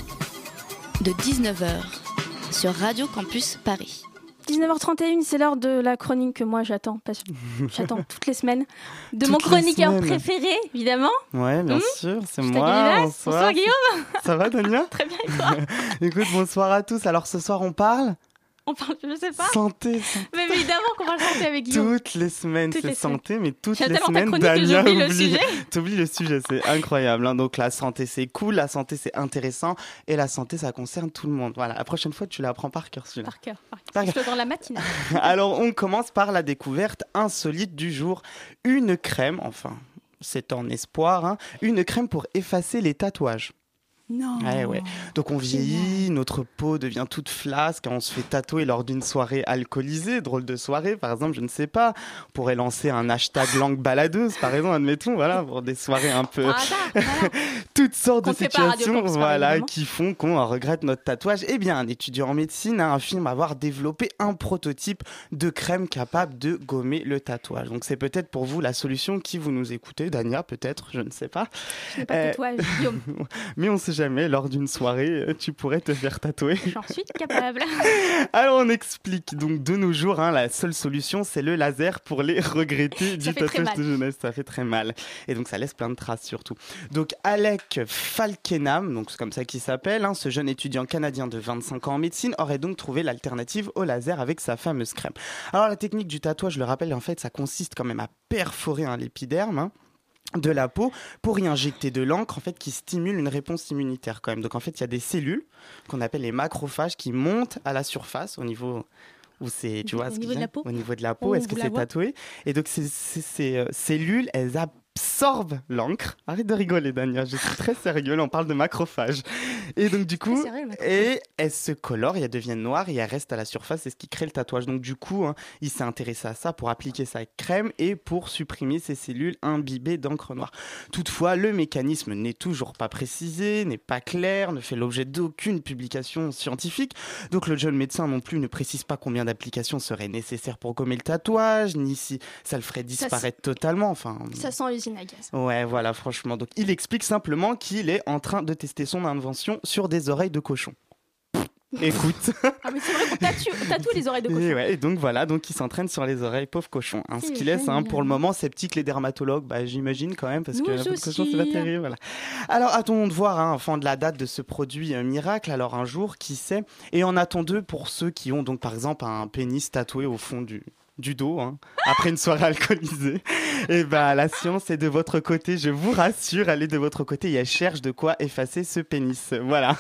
de dix-neuf heures sur Radio Campus Paris. dix-neuf heures trente et une, c'est l'heure de la chronique que moi j'attends, parce que j'attends toutes les semaines, de toutes mon chroniqueur préféré, évidemment. Ouais, bien mmh sûr, c'est je moi. Bonsoir. bonsoir Guillaume. Ça va Dania? Très bien, et toi? Écoute, bonsoir à tous. Alors ce soir on parle On parle, je sais pas. Santé, santé. Mais évidemment qu'on va le chanter avec Guillaume. Toutes les semaines, toutes c'est les santé, semaines. mais toutes J'ai les semaines, Dania oublie le sujet. T'oublies le sujet, c'est incroyable. Hein. Donc la santé, c'est cool, la santé, c'est intéressant, et la santé, ça concerne tout le monde. Voilà, la prochaine fois, tu l'apprends par cœur, celui-là. Par cœur, par cœur. Je te dans la matinale. Alors, on commence par la découverte insolite du jour. Une crème, enfin, c'est en espoir, hein, une crème pour effacer les tatouages. Non. Ouais, ouais. Donc on vieillit, notre peau devient toute flasque, on se fait tatouer lors d'une soirée alcoolisée, drôle de soirée par exemple, je ne sais pas. On pourrait lancer un hashtag langue baladeuse par exemple, admettons, voilà, pour des soirées un peu... Ah, voilà. Toutes sortes qu'on de situations voilà, qui font qu'on regrette notre tatouage. Eh bien, un étudiant en médecine a affirme avoir développé un prototype de crème capable de gommer le tatouage. Donc c'est peut-être pour vous la solution qui vous nous écoutez, Dania peut-être, je ne sais pas. Je n'ai pas de tatouage, Guillaume. Mais on ne sait jamais, lors d'une soirée, tu pourrais te faire tatouer. J'en suis capable. Alors on explique. Donc de nos jours, hein, la seule solution, c'est le laser pour les regretter du tatouage de jeunesse. Ça fait très mal. Et donc ça laisse plein de traces surtout. Donc Alec Falkenham, donc c'est comme ça qu'il s'appelle, hein, ce jeune étudiant canadien de vingt-cinq ans en médecine, aurait donc trouvé l'alternative au laser avec sa fameuse crème. Alors la technique du tatouage, je le rappelle, en fait, ça consiste quand même à perforer hein, l'épiderme. Hein, de la peau pour y injecter de l'encre en fait qui stimule une réponse immunitaire quand même. Donc en fait il y a des cellules qu'on appelle les macrophages qui montent à la surface au niveau où c'est tu vois au ce niveau de la peau. Au niveau de la peau, oh, est-ce que c'est tatoué? Et donc ces, ces, ces euh, cellules elles absorbent l'encre. Arrête de rigoler Dania, je suis très sérieux, là, on parle de macrophages. Et donc du coup, sérieux, et elles se colorent, et elles deviennent noires et elles restent à la surface, c'est ce qui crée le tatouage. Donc du coup, hein, il s'est intéressé à ça pour appliquer ça avec crème et pour supprimer ces cellules imbibées d'encre noire. Toutefois, le mécanisme n'est toujours pas précisé, n'est pas clair, ne fait l'objet d'aucune publication scientifique. Donc le jeune médecin non plus ne précise pas combien d'applications seraient nécessaires pour gommer le tatouage, ni si ça le ferait disparaître ça, totalement. Enfin, ça sent l'usine à gaz. Ouais, voilà, franchement. Donc il explique simplement qu'il est en train de tester son invention sur des oreilles de cochon. Écoute. Ah mais c'est vrai qu'on tatoue, tatoue les oreilles de cochon. Et, ouais, et donc voilà, donc il s'entraîne sur les oreilles, pauvre cochon. Hein, ce qui laisse hein, pour le moment sceptique les dermatologues, bah, j'imagine quand même, parce Nous que la cochon c'est pas terrible. Voilà. Alors attendons de voir, hein, enfin de la date de ce produit euh, miracle, alors un jour, qui sait. Et en attendons pour ceux qui ont donc par exemple un pénis tatoué au fond du... du dos, hein, après une soirée alcoolisée. Et bah la science est de votre côté, je vous rassure, elle est de votre côté et elle cherche de quoi effacer ce pénis. Voilà.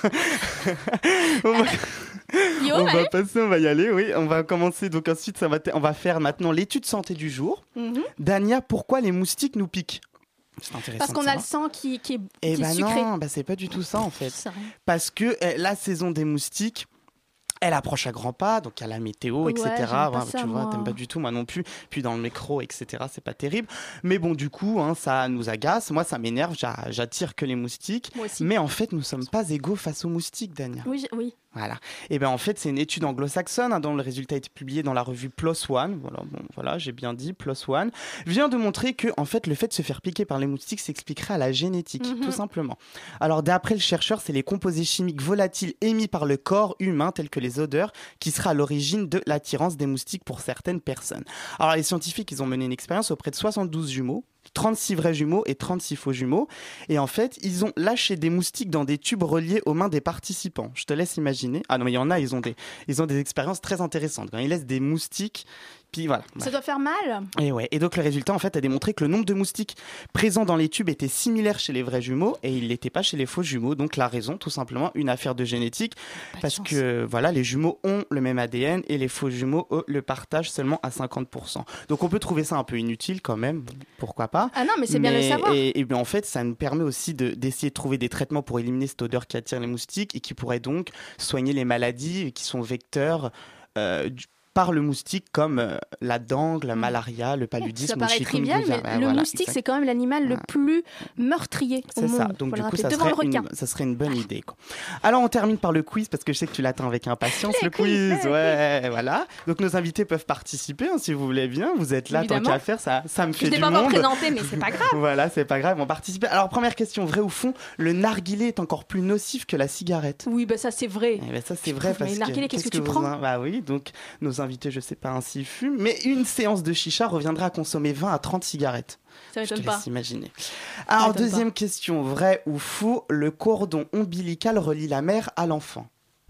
on va, Yo, on va passer, on va y aller, oui. On va commencer, donc ensuite ça va t- on va faire maintenant l'étude santé du jour. Mm-hmm. Dania, pourquoi les moustiques nous piquent? C'est intéressant. Parce qu'on a le sang qui, qui est, et qui bah est sucré. Non, bah c'est pas du tout ça en fait. Parce que eh, la saison des moustiques, elle approche à grands pas, donc il y a la météo, et cetera. Ouais, ouais, ça, tu vois, moi. T'aimes pas du tout, moi non plus. Puis dans le micro, et cetera, c'est pas terrible. Mais bon, du coup, hein, ça nous agace. Moi, ça m'énerve. J'a- j'attire que les moustiques. Moi aussi. Mais en fait, nous sommes pas égaux face aux moustiques, Dania. Oui, j- oui. Voilà. Et bien en fait, c'est une étude anglo-saxonne hein, dont le résultat a été publié dans la revue PLOS ONE. Voilà, bon, voilà, j'ai bien dit PLOS ONE. Vient de montrer que en fait, le fait de se faire piquer par les moustiques s'expliquerait à la génétique, mm-hmm. tout simplement. Alors d'après le chercheur, c'est les composés chimiques volatiles émis par le corps humain, tels que les odeurs, qui sera à l'origine de l'attirance des moustiques pour certaines personnes. Alors les scientifiques, ils ont mené une expérience auprès de soixante-douze jumeaux, trente-six vrais jumeaux et trente-six faux jumeaux. Et en fait, ils ont lâché des moustiques dans des tubes reliés aux mains des participants. Je te laisse imaginer. Ah non, mais il y en a, ils ont des, ils ont des expériences très intéressantes. Quand ils laissent des moustiques, puis voilà. Ça doit faire mal. Et ouais. Et donc le résultat, en fait, a démontré que le nombre de moustiques présents dans les tubes était similaire chez les vrais jumeaux et il l'était pas chez les faux jumeaux. Donc la raison, tout simplement, une affaire de génétique. Pas parce de que voilà, les jumeaux ont le même A D N et les faux jumeaux eux, le partagent seulement à cinquante pour cent. Donc on peut trouver ça un peu inutile quand même. Pourquoi pas? Ah non, mais c'est mais, bien de le savoir. Et, et bien en fait, ça nous permet aussi de, d'essayer de trouver des traitements pour éliminer cette odeur qui attire les moustiques et qui pourrait donc soigner les maladies qui sont vecteurs euh, du par le moustique comme euh, la dengue, la malaria, le paludisme. Ça paraît trivial, mais ouais, le voilà, moustique, exact. C'est quand même l'animal ouais. le plus meurtrier au c'est monde. C'est ça, donc du coup, ça serait, une, ça serait une bonne idée. Quoi. Alors, on termine par le quiz, parce que je sais que tu l'attends avec impatience, le quiz. quiz ouais, quiz. Voilà. Donc, nos invités peuvent participer, hein, si vous voulez bien. Vous êtes là, évidemment. Tant qu'à faire, ça, ça me fait je du monde. Je ne l'ai pas encore présenté, mais c'est pas grave. Voilà, c'est pas grave, on va participer. Alors, première question, vrai ou faux, le narguilé est encore plus nocif que la cigarette? Oui, bah ça, c'est vrai. Eh ben, ça, c'est vrai, parce que... Mais narguilé, qu'est-ce que tu prends? Bah oui, donc, nos invités, je sais pas, s'il fume, mais une séance de chicha reviendra à consommer vingt à trente cigarettes. Ça m'étonne Je te pas. laisse imaginer. Alors, deuxième pas. question, vrai ou faux, le cordon ombilical relie la mère à l'enfant?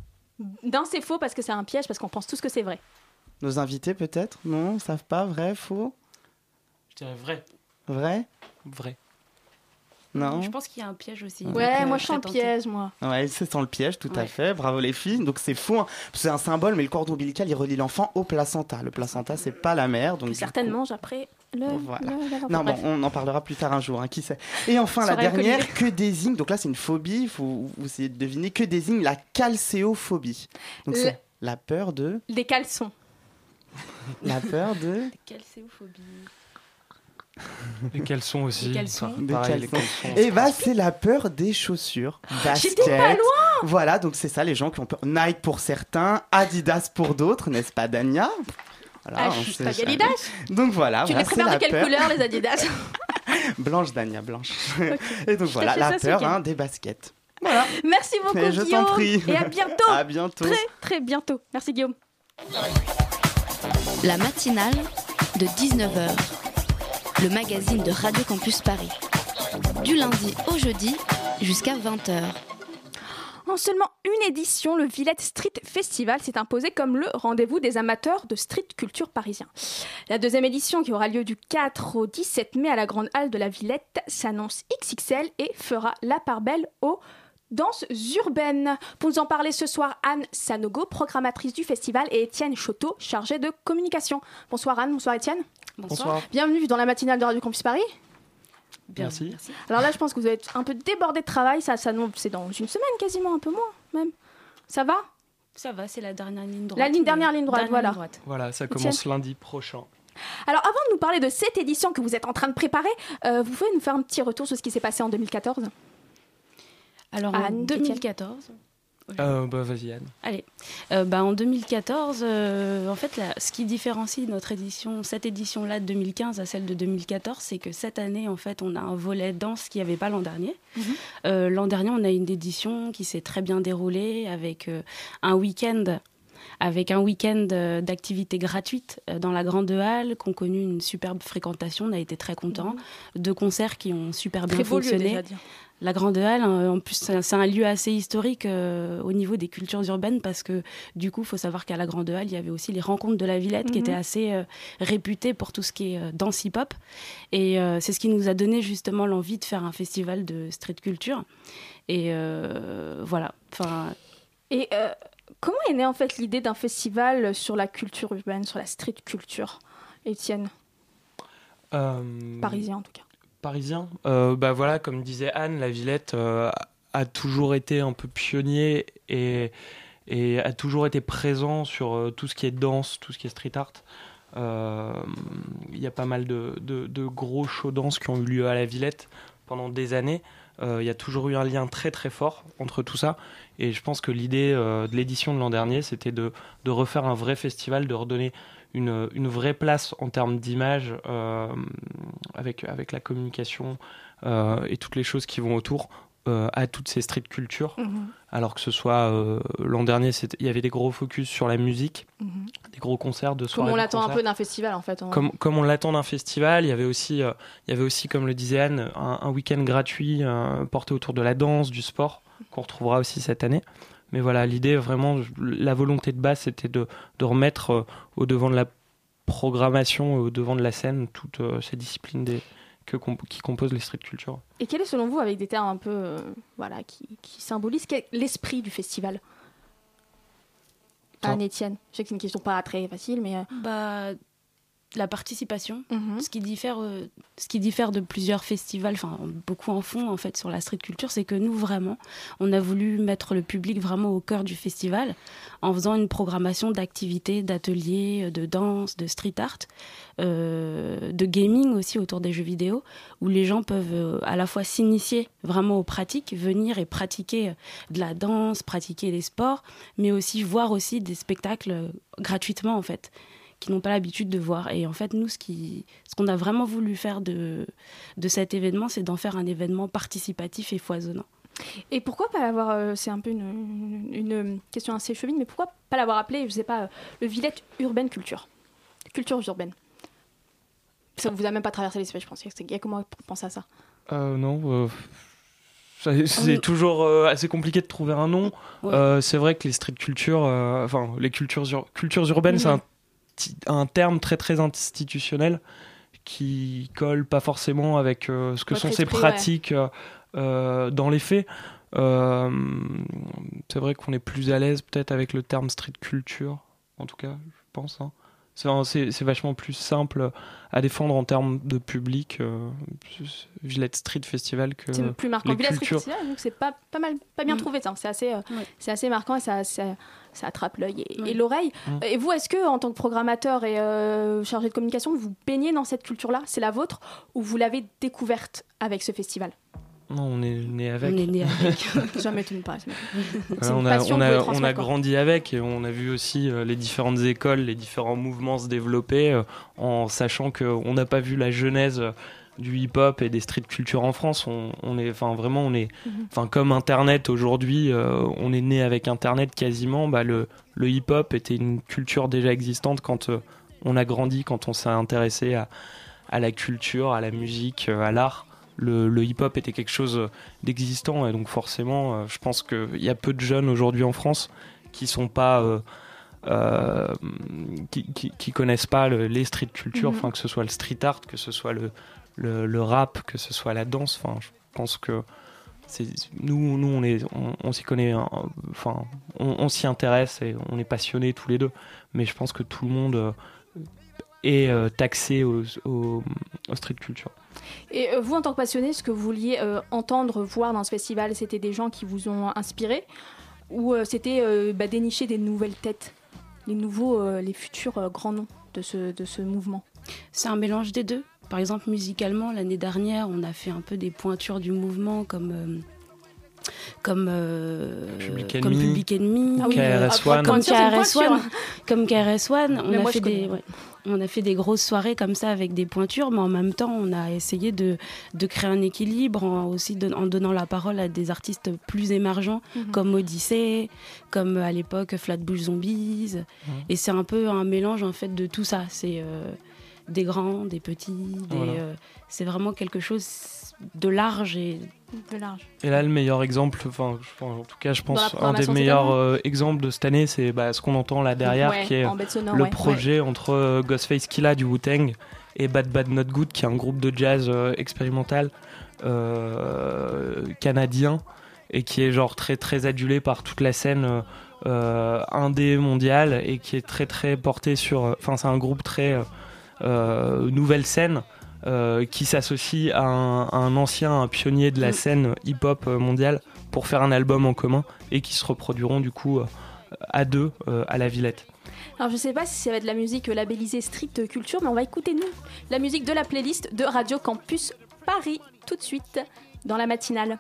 Non, c'est faux parce que c'est un piège, parce qu'on pense tous que c'est vrai. Nos invités, peut-être? Non, ne savent pas, vrai, faux? Je dirais vrai. Vrai? Vrai. Non. Je pense qu'il y a un piège aussi. Ouais, moi je sens le piège, moi. Ouais, c'est sans le piège, tout ouais. à fait. Bravo les filles. Donc c'est faux. Hein. C'est un symbole, mais le cordon ombilical, il relie l'enfant au placenta. Le placenta, c'est pas la mère. Donc certaines mangent après le. Voilà. le, le non, bon, on en parlera plus tard un jour. Hein, qui sait. Et enfin, la dernière, alcoolisée. Que désigne. Donc là, c'est une phobie. Il faut vous essayez de deviner. Que désigne la calcéophobie. Donc le... c'est la peur de. Des caleçons. La peur de. La calcéophobie. Les caleçons aussi. Les caleçons. Des Pareil, caleçons. Les caleçons. Et bah c'est la peur des chaussures. Basket. J'étais pas loin. Voilà, donc c'est ça les gens qui ont peur. Nike pour certains, Adidas pour d'autres, n'est-ce pas Dania? Voilà, ah, c'est pas Adidas. Donc voilà. Tu voilà, les prépares de quelle peur. couleur les Adidas? Blanche Dania, blanche. Okay. Et donc voilà, la peur hein, des baskets. Voilà. Merci beaucoup, Et je Guillaume. t'en prie. Et à bientôt. À bientôt. Très, très bientôt. Merci, Guillaume. La matinale de dix-neuf heures. Le magazine de Radio Campus Paris. Du lundi au jeudi jusqu'à vingt heures. En seulement une édition, le Villette Street Festival s'est imposé comme le rendez-vous des amateurs de street culture parisien. La deuxième édition, qui aura lieu du quatre au dix-sept mai à la Grande Halle de la Villette, s'annonce X X L et fera la part belle aux danses urbaines. Pour nous en parler ce soir, Anne Sanogo, programmatrice du festival, et Étienne Choteau, chargé de communication. Bonsoir Anne, bonsoir Étienne. Bonsoir. Bienvenue dans la matinale de Radio Campus Paris. Bien, merci. merci. Alors là, je pense que vous êtes un peu débordé de travail. Ça, ça, c'est dans une semaine quasiment, un peu moins même. Ça va ? Ça va, c'est la dernière ligne droite. La ligne, dernière ligne droite, dernière voilà. Ligne droite. Voilà, ça commence Etienne. lundi prochain. Alors, avant de nous parler de cette édition que vous êtes en train de préparer, euh, vous pouvez nous faire un petit retour sur ce qui s'est passé en deux mille quatorze ? Alors, en Anne, deux mille quatorze... Euh, bah, vas-y, Anne. Allez, euh, bah, en deux mille quatorze, euh, en fait, là, ce qui différencie notre édition, cette édition-là de deux mille quinze à celle de deux mille quatorze, c'est que cette année, en fait, on a un volet danse qu'il n'y avait pas l'an dernier. Mm-hmm. Euh, l'an dernier, on a une édition qui s'est très bien déroulée avec euh, un week-end. avec un week-end d'activités gratuites dans la Grande Halle, qui ont connu une superbe fréquentation, on a été très contents. Mmh. Deux concerts qui ont super bien très beau fonctionné. Lieu, déjà dire. La Grande Halle, en plus, c'est un lieu assez historique euh, au niveau des cultures urbaines, parce que du coup, il faut savoir qu'à la Grande Halle, il y avait aussi les rencontres de la Villette, mmh. qui étaient assez euh, réputées pour tout ce qui est euh, danse hip-hop. Et euh, c'est ce qui nous a donné justement l'envie de faire un festival de street culture. Et euh, voilà. Enfin. Et euh, comment est née en fait l'idée d'un festival sur la culture urbaine, sur la street culture, Étienne ? euh, Parisien en tout cas. Parisien, euh, bah voilà, comme disait Anne, la Villette euh, a toujours été un peu pionnier et, et a toujours été présent sur euh, tout ce qui est danse, tout ce qui est street art. Il euh, y a pas mal de, de, de gros shows danse qui ont eu lieu à la Villette pendant des années. Il euh, y a toujours eu un lien très très fort entre tout ça, et je pense que l'idée euh, de l'édition de l'an dernier, c'était de, de refaire un vrai festival, de redonner une, une vraie place en termes d'image euh, avec, avec la communication euh, et toutes les choses qui vont autour euh, à toutes ces street cultures. Mmh. Alors que ce soit euh, l'an dernier, il y avait des gros focus sur la musique, mmh. des gros concerts de soirées. Comme on l'attend concerts. un peu d'un festival en fait. On... Comme, comme on l'attend d'un festival, il y avait aussi, euh, il y avait aussi, comme le disait Anne, un, un week-end gratuit euh, porté autour de la danse, du sport, qu'on retrouvera aussi cette année. Mais voilà, l'idée, vraiment, la volonté de base, c'était de, de remettre euh, au devant de la programmation, au devant de la scène, toutes euh, ces disciplines des, que, qui composent les street cultures. Et quel est, selon vous, avec des termes un peu euh, voilà, qui, qui symbolisent quel, l'esprit du festival ? Anne, Étienne, je sais que c'est une question pas très facile, mais... Euh... Bah... La participation, mmh. ce qui diffère, euh, ce qui diffère de plusieurs festivals, enfin beaucoup en font en fait sur la street culture, c'est que nous vraiment, on a voulu mettre le public vraiment au cœur du festival en faisant une programmation d'activités, d'ateliers, de danse, de street art, euh, de gaming aussi autour des jeux vidéo, où les gens peuvent euh, à la fois s'initier vraiment aux pratiques, venir et pratiquer de la danse, pratiquer les sports, mais aussi voir aussi des spectacles gratuitement en fait, qui n'ont pas l'habitude de voir. Et en fait, nous, ce, qui, ce qu'on a vraiment voulu faire de, de cet événement, c'est d'en faire un événement participatif et foisonnant. Et pourquoi pas l'avoir, euh, c'est un peu une, une, une question assez chevine, mais pourquoi pas l'avoir appelé, je sais pas, euh, le Villette Urbaine Culture, culture urbaine. Ça vous a même pas traversé l'esprit, je pense. Il y a comment penser à ça euh, Non, euh, c'est, c'est toujours euh, assez compliqué de trouver un nom. Ouais. Euh, c'est vrai que les street cultures, euh, enfin les cultures, ur- cultures urbaines, mmh. c'est un un terme très très institutionnel qui colle pas forcément avec euh, ce que Votre sont esprit, ces pratiques ouais. euh, dans les faits. Euh, c'est vrai qu'on est plus à l'aise peut-être avec le terme street culture, en tout cas, je pense. Hein. C'est, c'est, c'est vachement plus simple à défendre en termes de public, euh, Villette Street Festival, que c'est plus marquant. les Villette cultures. Street Festival, donc c'est pas, pas, mal, pas bien mmh. trouvé. Ça. C'est, assez, euh, ouais. c'est assez marquant et ça, ça, ça attrape l'œil et, ouais. et l'oreille. Mmh. Et vous, est-ce que, en tant que programmateur et euh, chargé de communication, vous baignez dans cette culture-là ? C'est la vôtre ou vous l'avez découverte avec ce festival ? Non, on est né avec. On est né avec. Jamais tu me parles. Euh, on a, on a, on a grandi avec et on a vu aussi euh, les différentes écoles, les différents mouvements se développer euh, en sachant qu'on n'a pas vu la genèse du hip-hop et des street culture en France. On, on est, enfin vraiment, on est, enfin mm-hmm. comme Internet aujourd'hui, euh, on est né avec Internet quasiment. Bah, le, le hip-hop était une culture déjà existante quand euh, on a grandi, quand on s'est intéressé à, à la culture, à la musique, euh, à l'art. Le, le hip-hop était quelque chose d'existant et donc forcément, euh, je pense qu'il y a peu de jeunes aujourd'hui en France qui sont pas euh, euh, qui, qui, qui connaissent pas le, les street culture, enfin mm-hmm. que ce soit le street art, que ce soit le Le, le rap, que ce soit la danse, enfin, je pense que c'est, nous, nous, on est, on, on s'y connaît, enfin, on, on s'y intéresse et on est passionnés tous les deux. Mais je pense que tout le monde euh, est euh, taxé au, au, au street culture. Et euh, vous, en tant que passionné, ce que vous vouliez euh, entendre, voir dans ce festival, c'était des gens qui vous ont inspiré, ou euh, c'était euh, bah, dénicher des nouvelles têtes, les nouveaux, euh, les futurs euh, grands noms de ce, de ce mouvement? C'est un mélange des deux. Par exemple, musicalement, l'année dernière, on a fait un peu des pointures du mouvement comme euh, comme euh, Public comme Enemy, Public Enemy, K R S One, comme K R S One, comme K R S One. On mais a moi, fait des, connais, ouais, on a fait des grosses soirées comme ça avec des pointures, mais en même temps, on a essayé de de créer un équilibre en aussi don, en donnant la parole à des artistes plus émergents mm-hmm. comme Odyssey, comme à l'époque Flatbush Zombies. Mm-hmm. Et c'est un peu un mélange en fait de tout ça. C'est euh, des grands, des petits, des, voilà. euh, c'est vraiment quelque chose de large et de large. Et là, le meilleur exemple, enfin, en tout cas, je pense un des meilleurs euh, exemples de cette année, c'est bah, ce qu'on entend là derrière, ouais, qui est sonore, le ouais, projet ouais. entre euh, Ghostface Killah du Wu-Tang et Bad Bad Not Good, qui est un groupe de jazz euh, expérimental euh, canadien et qui est genre très très adulé par toute la scène. Euh, euh, indé mondiale et qui est très très porté sur. Enfin, euh, c'est un groupe très euh, Euh, nouvelle scène euh, qui s'associe à un, à un ancien un pionnier de la scène hip-hop mondiale pour faire un album en commun et qui se reproduiront du coup euh, à deux euh, à la Villette. Alors je sais pas si ça va être de la musique labellisée street culture, mais on va écouter nous la musique de la playlist de Radio Campus Paris tout de suite dans la matinale.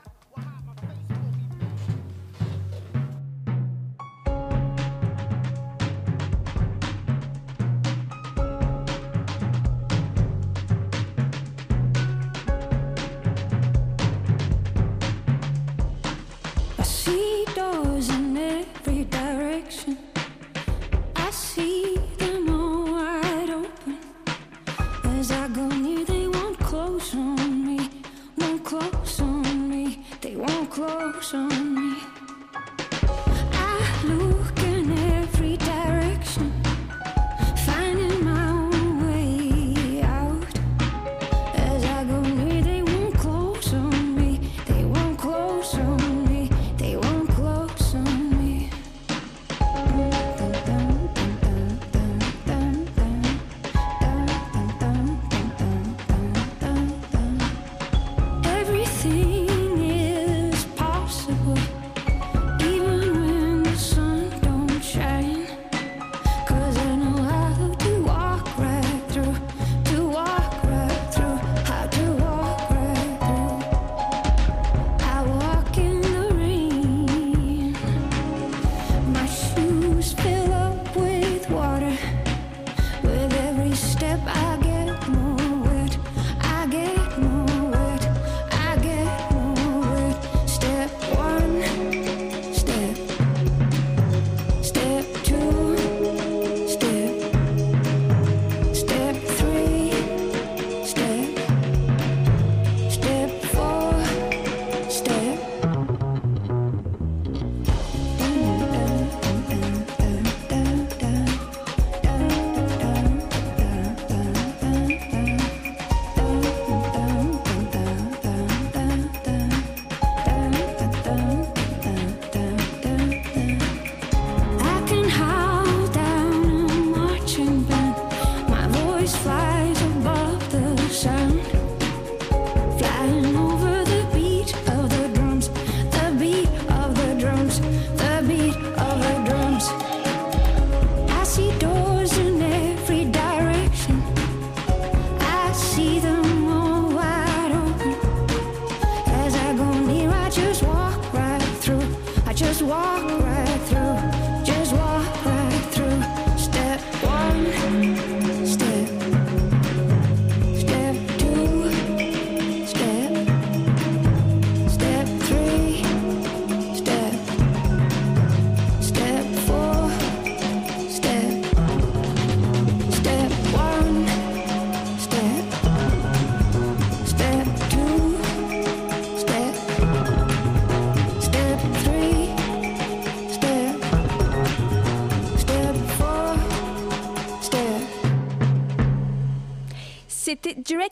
Everything is possible.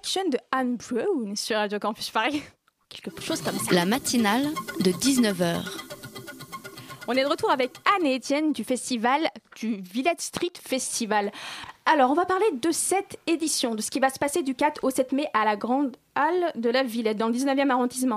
Reflection de Anne Brown sur Radio Campus Paris. Quelque chose comme ça. La matinale de dix-neuf heures. On est de retour avec Anne et Étienne du festival, du Villette Street Festival. Alors, on va parler de cette édition, de ce qui va se passer du quatre au sept mai à la Grande Halle de la Villette, dans le dix-neuvième arrondissement.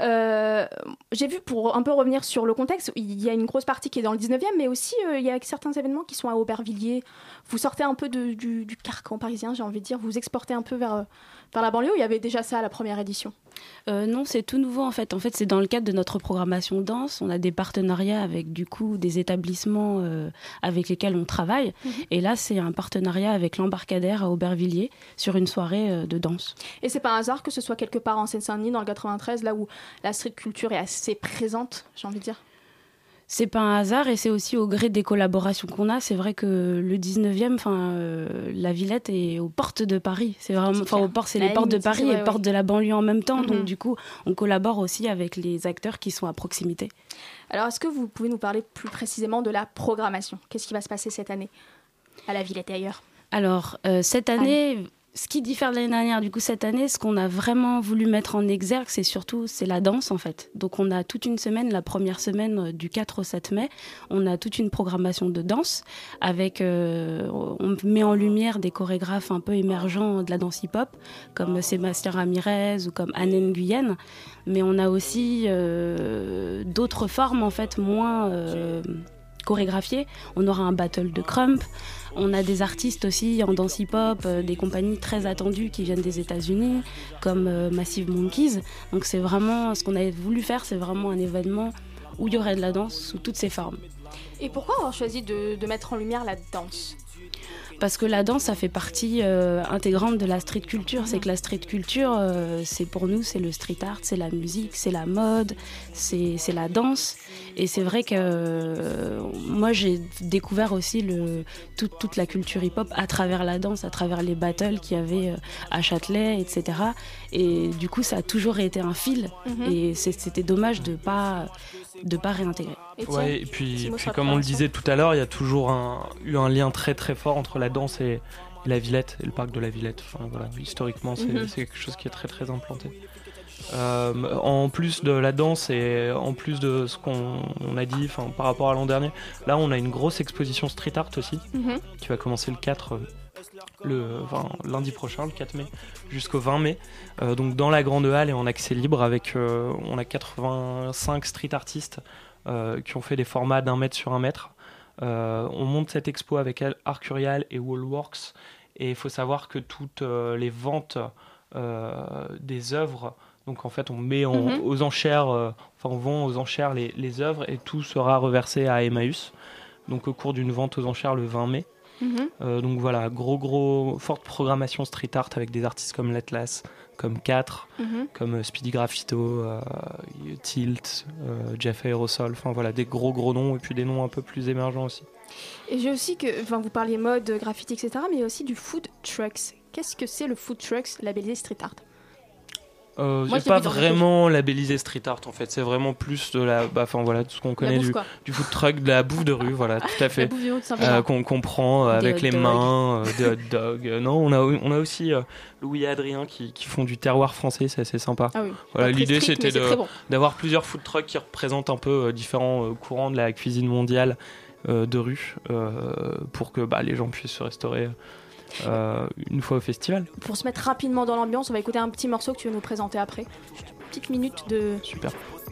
Euh, j'ai vu, pour un peu revenir sur le contexte, il y a une grosse partie qui est dans le dix-neuvième, mais aussi euh, il y a certains événements qui sont à Aubervilliers. Vous sortez un peu de, du, du carcan parisien, j'ai envie de dire, vous exportez un peu vers, vers la banlieue, ou il y avait déjà ça à la première édition ? Euh, non, c'est tout nouveau en fait. En fait, c'est dans le cadre de notre programmation danse. On a des partenariats avec du coup des établissements euh, avec lesquels on travaille. Mmh. Et là, c'est un partenariat avec l'Embarcadère à Aubervilliers sur une soirée euh, de danse. Et c'est pas un hasard que ce soit quelque part en Seine-Saint-Denis, dans le quatre-vingt-treize, là où la street culture est assez présente, j'ai envie de dire. C'est pas un hasard et c'est aussi au gré des collaborations qu'on a. C'est vrai que le dix-neuvième, enfin, euh, la Villette est aux portes de Paris. C'est vraiment, enfin, aux portes, c'est la les portes de Paris et les portes de la banlieue en même temps. Mm-hmm. Donc, du coup, on collabore aussi avec les acteurs qui sont à proximité. Alors, est-ce que vous pouvez nous parler plus précisément de la programmation ? Qu'est-ce qui va se passer cette année à la Villette et ailleurs ? Alors, euh, cette année... Ah. Ce qui diffère de l'année dernière, du coup, cette année, ce qu'on a vraiment voulu mettre en exergue, c'est surtout c'est la danse, en fait. Donc, on a toute une semaine, la première semaine du quatre au sept mai, on a toute une programmation de danse avec, euh, on met en lumière des chorégraphes un peu émergents de la danse hip-hop, comme Sébastien Ramirez ou comme Anne Nguyen. Mais on a aussi euh, d'autres formes, en fait, moins euh, chorégraphiées. On aura un battle de crump. On a des artistes aussi en danse hip-hop, euh, des compagnies très attendues qui viennent des États-Unis, comme euh, Massive Monkeys. Donc c'est vraiment, ce qu'on a voulu faire, c'est vraiment un événement où il y aurait de la danse sous toutes ses formes. Et pourquoi avoir choisi de, de mettre en lumière la danse ? Parce que la danse, ça fait partie euh, intégrante de la street culture. C'est que la street culture, euh, c'est pour nous, c'est le street art, c'est la musique, c'est la mode, c'est, c'est la danse. Et c'est vrai que euh, moi, j'ai découvert aussi le, tout, toute la culture hip-hop à travers la danse, à travers les battles qu'il y avait euh, à Châtelet, et cetera. Et du coup, ça a toujours été un fil. Mm-hmm. Et c'est, c'était dommage de ne pas, de pas réintégrer. Et ouais, et puis, puis comme on le disait tout à l'heure, il y a toujours un, eu un lien très très fort entre la danse et, et la Villette, et le parc de la Villette. Enfin, voilà, historiquement, c'est, mm-hmm. c'est quelque chose qui est très très implanté. Euh, en plus de la danse et en plus de ce qu'on on a dit enfin, par rapport à l'an dernier, là on a une grosse exposition street art aussi, mm-hmm. qui va commencer le quatre, le, enfin, lundi prochain, le quatre mai, jusqu'au vingt mai. Euh, donc dans la Grande Halle et en accès libre, avec, euh, on a quatre-vingt-cinq street artistes euh, qui ont fait des formats d'un mètre sur un mètre. Euh, on monte cette expo avec Arcurial et Wallworks, et il faut savoir que toutes euh, les ventes euh, des œuvres, donc en fait on met en, mm-hmm. aux enchères, euh, enfin on vend aux enchères les, les œuvres et tout sera reversé à Emmaüs, donc au cours d'une vente aux enchères le vingt mai. Mm-hmm. Euh, donc voilà, gros gros forte programmation street art avec des artistes comme l'Atlas, comme quatre, mm-hmm. comme euh, Speedy Graffito, euh, Tilt, euh, Jeff Aerosol, enfin voilà, des gros gros noms et puis des noms un peu plus émergents aussi. Et j'ai aussi que, enfin vous parliez mode, graffiti, et cetera, mais il y a aussi du food trucks. Qu'est-ce que c'est le food trucks labellisé street art ? Euh, Moi, c'est pas vraiment labellisé street art en fait, c'est vraiment plus de la, bah, enfin voilà, tout ce qu'on connaît bouffe, du, du food truck, de la bouffe de rue, voilà, tout à fait. La bouffe vivante, euh, qu'on, qu'on prend euh, avec les dogs. mains, euh, des hot dogs. Euh, non, on a, on a aussi euh, Louis et Adrien qui, qui font du terroir français, c'est assez sympa. Ah oui. Voilà, l'idée strict, c'était de, bon. d'avoir plusieurs food trucks qui représentent un peu euh, différents euh, courants de la cuisine mondiale euh, de rue, euh, pour que bah, les gens puissent se restaurer. Euh, une fois au festival. Pour se mettre rapidement dans l'ambiance, on va écouter un petit morceau que tu veux nous présenter après. Juste une petite minute de... Super.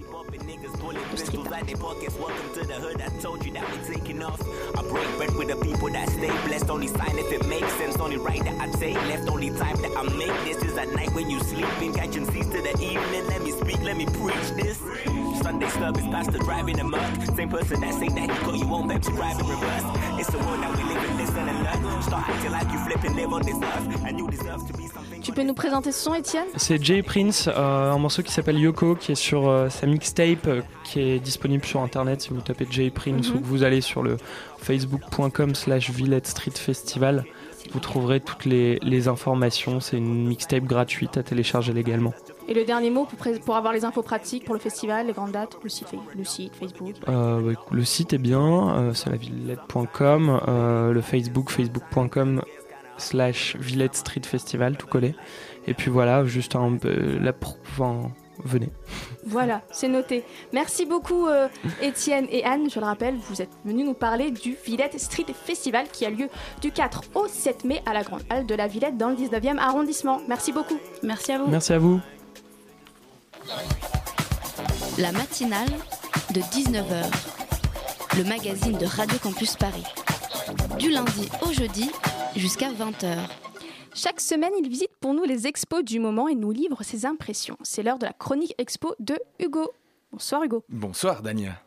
De street art. Sunday club is past the driving amok. Same person that say that he got you on back to drive in reverse. It's the world that we live in, listen and learn. Start acting like you flip and live on this earth. And you deserve to be something. Tu peux nous présenter ce son, Étienne ? C'est Jay Prince, euh, un morceau qui s'appelle Yoko, qui est sur euh, sa mixtape, euh, qui est disponible sur internet. Si vous tapez Jay Prince, mm-hmm. ou que vous allez sur le facebook point com slash Villette Street Festival, vous trouverez toutes les, les informations. C'est une mixtape gratuite à télécharger légalement. Et le dernier mot pour, pré- pour avoir les infos pratiques pour le festival, les grandes dates, le site, le site Facebook. Euh, ouais, le site est bien, euh, c'est la villette point com, euh, le Facebook, facebook point com slash Villette Street Festival, tout collé. Et puis voilà, juste un peu la pro- enfin, venez. Voilà, c'est noté. Merci beaucoup euh, Étienne et Anne. Je le rappelle, vous êtes venus nous parler du Villette Street Festival qui a lieu du quatre au sept mai à la Grande Halle de la Villette dans le dix-neuvième arrondissement. Merci beaucoup. Merci à vous. Merci à vous. La matinale de dix-neuf heures, le magazine de Radio Campus Paris. Du lundi au jeudi jusqu'à vingt heures. Chaque semaine, il visite pour nous les expos du moment et nous livre ses impressions. C'est l'heure de la chronique expo de Hugo. Bonsoir Hugo. Bonsoir Dania.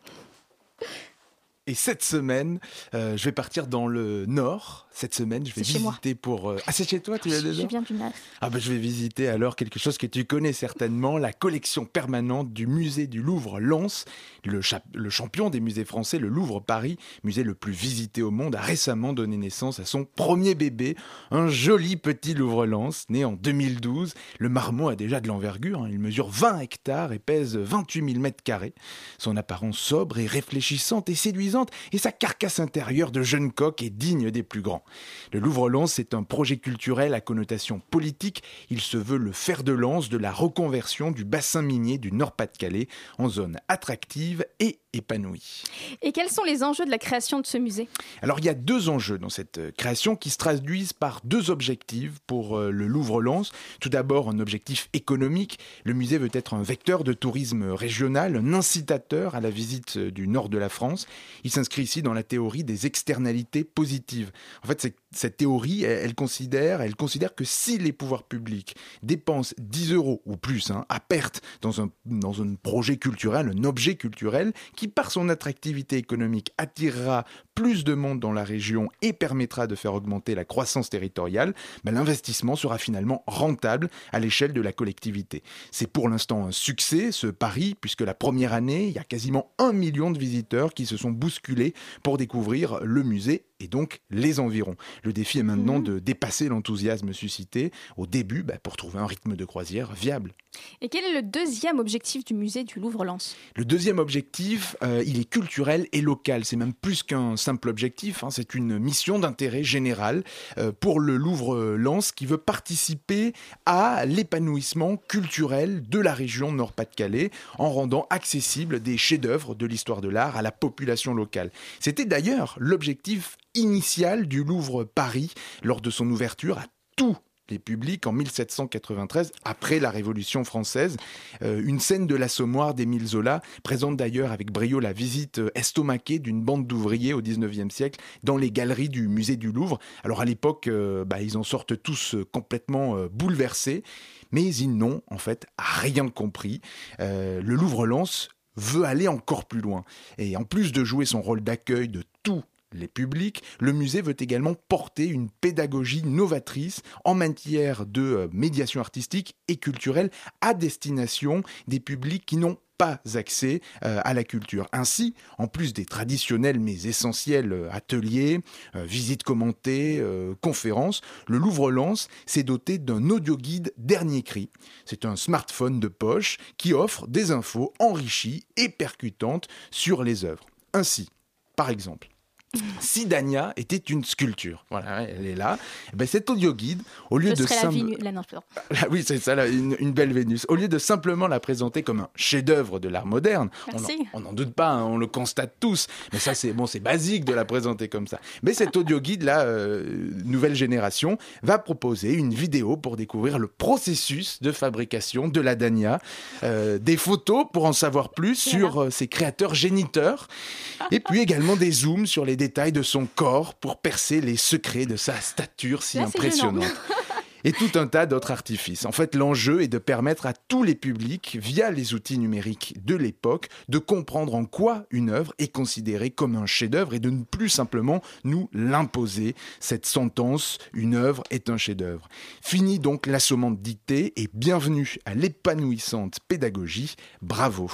Et cette semaine, euh, je vais partir dans le nord. Cette semaine, je vais C'est chez moi. visiter pour... Euh... Ah, c'est chez toi, tu l'as déjà ? Je viens du Nord. Ah ben, je vais visiter alors quelque chose que tu connais certainement, la collection permanente du musée du Louvre-Lens. Le, cha- le champion des musées français, le Louvre-Paris, musée le plus visité au monde, a récemment donné naissance à son premier bébé, un joli petit Louvre-Lens, né en deux mille douze. Le marmot a déjà de l'envergure, hein. Il mesure vingt hectares et pèse vingt-huit mille mètres carrés. Son apparence sobre et réfléchissante et séduisante, et sa carcasse intérieure de jeune coq est digne des plus grands. Le Louvre-Lens est un projet culturel à connotation politique. Il se veut le fer de lance de la reconversion du bassin minier du Nord-Pas-de-Calais en zone attractive et épanouie. Et quels sont les enjeux de la création de ce musée ? Alors il y a deux enjeux dans cette création qui se traduisent par deux objectifs pour euh, le Louvre-Lens. Tout d'abord un objectif économique. Le musée veut être un vecteur de tourisme régional, un incitateur à la visite du nord de la France. Il s'inscrit ici dans la théorie des externalités positives. En fait, c'est, cette théorie, elle, elle, considère, elle considère que si les pouvoirs publics dépensent dix euros ou plus hein, à perte dans un, dans un projet culturel, un objet culturel, qui par son attractivité économique attirera plus de monde dans la région et permettra de faire augmenter la croissance territoriale, ben l'investissement sera finalement rentable à l'échelle de la collectivité. C'est pour l'instant un succès, ce pari, puisque la première année, il y a quasiment un million de visiteurs qui se sont bousculés pour découvrir le musée et donc les environs. Le défi est maintenant mmh. de dépasser l'enthousiasme suscité au début ben, pour trouver un rythme de croisière viable. Et quel est le deuxième objectif du musée du Louvre-Lens ? Le deuxième objectif, euh, il est culturel et local. C'est même plus qu'un simple objectif, hein, c'est une mission d'intérêt général euh, pour le Louvre-Lens qui veut participer à l'épanouissement culturel de la région Nord-Pas-de-Calais en rendant accessibles des chefs-d'œuvre de l'histoire de l'art à la population locale. C'était d'ailleurs l'objectif initial du Louvre-Paris lors de son ouverture à tout les publics en mille sept cent quatre-vingt-treize, après la Révolution française. Euh, une scène de l'Assommoir d'Émile Zola présente d'ailleurs avec brio la visite estomaquée d'une bande d'ouvriers au dix-neuvième siècle dans les galeries du musée du Louvre. Alors à l'époque, euh, bah, ils en sortent tous euh, complètement euh, bouleversés, mais ils n'ont en fait rien compris. Euh, le Louvre-Lens veut aller encore plus loin. Et en plus de jouer son rôle d'accueil de tout les publics, le musée veut également porter une pédagogie novatrice en matière de médiation artistique et culturelle à destination des publics qui n'ont pas accès euh, à la culture. Ainsi, en plus des traditionnels mais essentiels euh, ateliers, euh, visites commentées, euh, conférences, le Louvre-Lens s'est doté d'un audioguide dernier cri. C'est un smartphone de poche qui offre des infos enrichies et percutantes sur les œuvres. Ainsi, par exemple, si Dania était une sculpture, voilà, elle est là, ben cet audio-guide, au lieu Je de serais simple... la Vénus, là, non, pardon. Oui, c'est ça, là, une, une belle Vénus. Au lieu de simplement la présenter comme un chef-d'œuvre de l'art moderne, on n'en doute pas, hein, on le constate tous, mais ça, c'est bon, c'est basique de la présenter comme ça. Mais cet audio-guide, là, euh, nouvelle génération, va proposer une vidéo pour découvrir le processus de fabrication de la Dania, euh, des photos pour en savoir plus voilà. sur euh, ses créateurs géniteurs, et puis également des zooms sur les détails de son corps pour percer les secrets de sa stature si là, impressionnante. Et tout un tas d'autres artifices. En fait, l'enjeu est de permettre à tous les publics, via les outils numériques de l'époque, de comprendre en quoi une œuvre est considérée comme un chef-d'œuvre et de ne plus simplement nous l'imposer. Cette sentence, une œuvre est un chef-d'œuvre. Fini donc l'assommante dictée et bienvenue à l'épanouissante pédagogie. Bravo.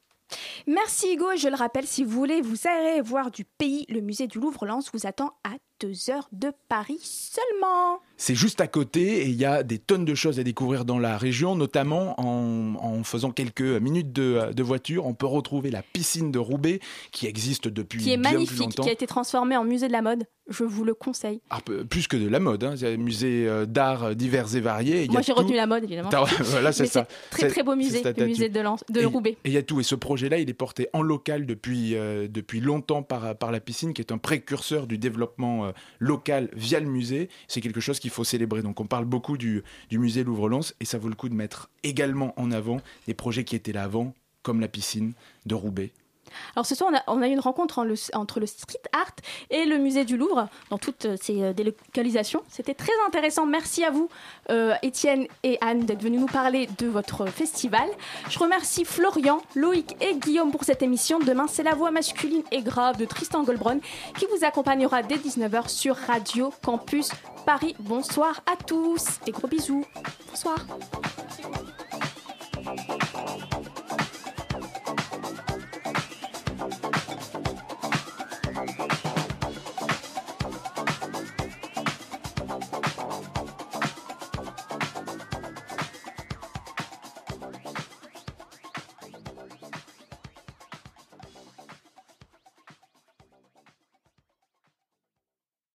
Merci Hugo, et je le rappelle, si vous voulez vous aérer voir du pays, le musée du Louvre-Lens vous attend à deux heures de Paris seulement. C'est juste à côté et il y a des tonnes de choses à découvrir dans la région, notamment en, en faisant quelques minutes de, de voiture. On peut retrouver la piscine de Roubaix qui existe depuis qui est bien magnifique, plus longtemps. Qui a été transformée en musée de la mode. Je vous le conseille. Ah, plus que de la mode, hein. C'est un musée d'art divers et variés. Il Moi, y a j'ai tout... retenu la mode, évidemment. Voilà, c'est Mais ça. C'est très, très beau musée, le musée de, Lens, de et, Roubaix. Et il y a tout. Et ce projet-là, il est porté en local depuis, euh, depuis longtemps par, par la piscine, qui est un précurseur du développement euh, local via le musée. C'est quelque chose qu'il faut célébrer. Donc, on parle beaucoup du, du musée Louvre-Lens et ça vaut le coup de mettre également en avant des projets qui étaient là avant, comme la piscine de Roubaix. Alors ce soir, on a, on a eu une rencontre en le, entre le street art et le musée du Louvre dans toutes ces délocalisations. C'était très intéressant. Merci à vous, euh, Étienne et Anne, d'être venus nous parler de votre festival. Je remercie Florian, Loïc et Guillaume pour cette émission. Demain, c'est la voix masculine et grave de Tristan Goldbrun qui vous accompagnera dès dix-neuf heures sur Radio Campus Paris. Bonsoir à tous et gros bisous. Bonsoir.